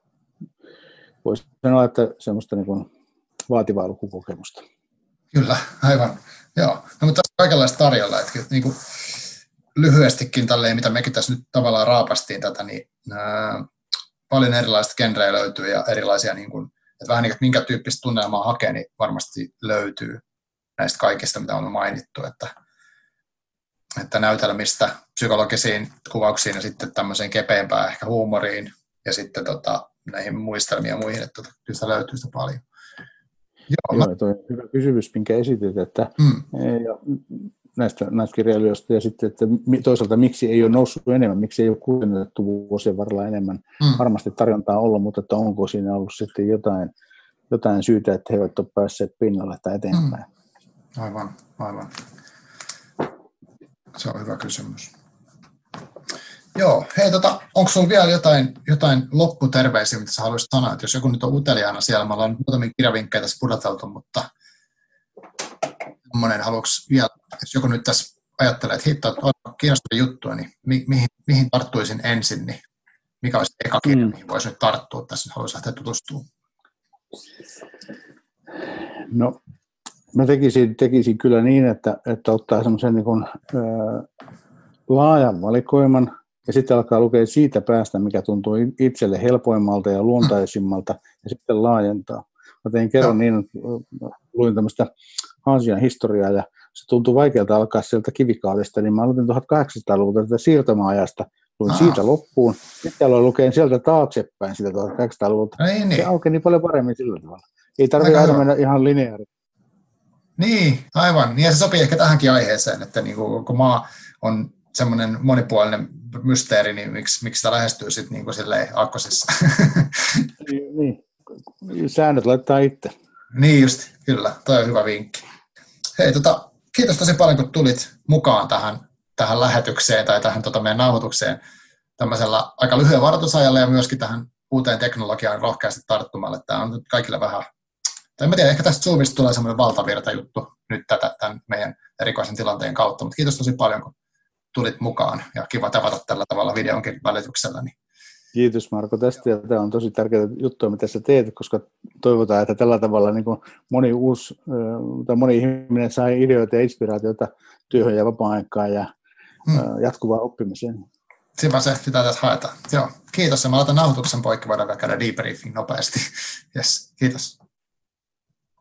voisi sanoa, että semmoista niin kuin vaativaa lukukokemusta. Kyllä, aivan. Joo. No, mutta tässä on kaikenlaista tarjolla. Että niin kuin lyhyestikin tälleen, mitä mekin tässä nyt tavallaan raapastiin tätä, niin ää, paljon erilaista genrejä löytyy ja erilaisia, niin kuin, että vähän niin kuin, minkä tyyppistä tunnelmaa hakee, niin varmasti löytyy näistä kaikista, mitä on mainittu, että, että näytelmistä psykologisiin kuvauksiin ja sitten tämmöiseen kepeämpään ehkä huumoriin ja sitten tota, näihin muistelmiin ja muihin, että tota, kyllä sitä löytyy sitä paljon. Joo, Joo tuo hyvä kysymys, minkä esitit, että mm. ja näistä, näistä kirjailijoista ja sitten, että toisaalta miksi ei ole noussut enemmän, miksi ei ole kuunneltu vuosien varrella enemmän. Mm. Varmasti tarjontaa on ollut, mutta että onko siinä ollut sitten jotain, jotain syytä, että he eivät ole päässeet pinnalle tai eteenpäin. Mm. Aivan, aivan. Se on hyvä kysymys. Joo, hei, tota, onko sinulla vielä jotain, jotain lopputerveisiä, mitä sä haluaisit sanoa, että jos joku nyt on uteliaana siellä, me ollaan muutamia kirjavinkkejä tässä pudoteltu, mutta semmoinen haluatko vielä, jos joku nyt tässä ajattelee, että hitto, että on kiinnostavia juttuja, niin mi- mihin, mihin tarttuisin ensin, niin mikä olisi eka kirja, mm. mihin voisi nyt tarttua tässä, nyt haluaisi lähteä tutustumaan? No, mä tekisin, tekisin kyllä niin, että, että ottaa semmoisen niin kuin, ää, laajan valikoiman, ja sitten alkaa lukea siitä päästä, mikä tuntuu itselle helpoimmalta ja luontaisimmalta, ja sitten laajentaa. Mä tein kerran no. niin, että luin tämmöistä Aasian historiaa, ja se tuntui vaikealta alkaa sieltä kivikaudesta, niin mä aloitin tuhatkahdeksansataaluvulta tätä siirtomaajasta, luin ah. siitä loppuun, sitten aloin lukea sieltä taaksepäin sitä tuhatkahdeksansataaluvulta. Niin, se aukeni paljon paremmin sillä tavalla. Ei tarvitse aina mennä ihan lineaarisesti. Niin, aivan. Ja se sopii ehkä tähänkin aiheeseen, että niin kuin, kun maa on semmoinen monipuolinen mysteeri, niin miksi, miksi sitä lähestyy sitten niin kuin silleen aakkosessa? Niin, säännöt laittaa itse. Niin just, kyllä. Toi on hyvä vinkki. Hei, tota, kiitos tosi paljon, kun tulit mukaan tähän, tähän lähetykseen tai tähän tota, meidän nauhoitukseen tämmöisellä aika lyhyen varoitusajalla ja myöskin tähän uuteen teknologiaan rohkeasti tarttumalle. Tämä on nyt kaikille vähän, tai en tiedä, ehkä tästä Zoomista tulee semmoinen valtavirta juttu nyt tätä, tämän meidän erikoisen tilanteen kautta, mutta kiitos tosi paljon, kun tulit mukaan ja kiva tavata tällä tavalla videonkin välityksellä. Niin Kiitos Marko tästä, ja tämä on tosi tärkeää juttua, mitä sä teet, koska toivotaan, että tällä tavalla niin kuin moni, uusi, tai moni ihminen saa ideoita ja inspiraatioita työhön ja vapaa-aikaan ja hmm. jatkuvaan oppimiseen. Sepä se, sitä tässä haetaan. Joo, kiitos, ja mä laitan nauhoituksen poikki, voidaan vielä käydä debriefing nopeasti. Yes, kiitos.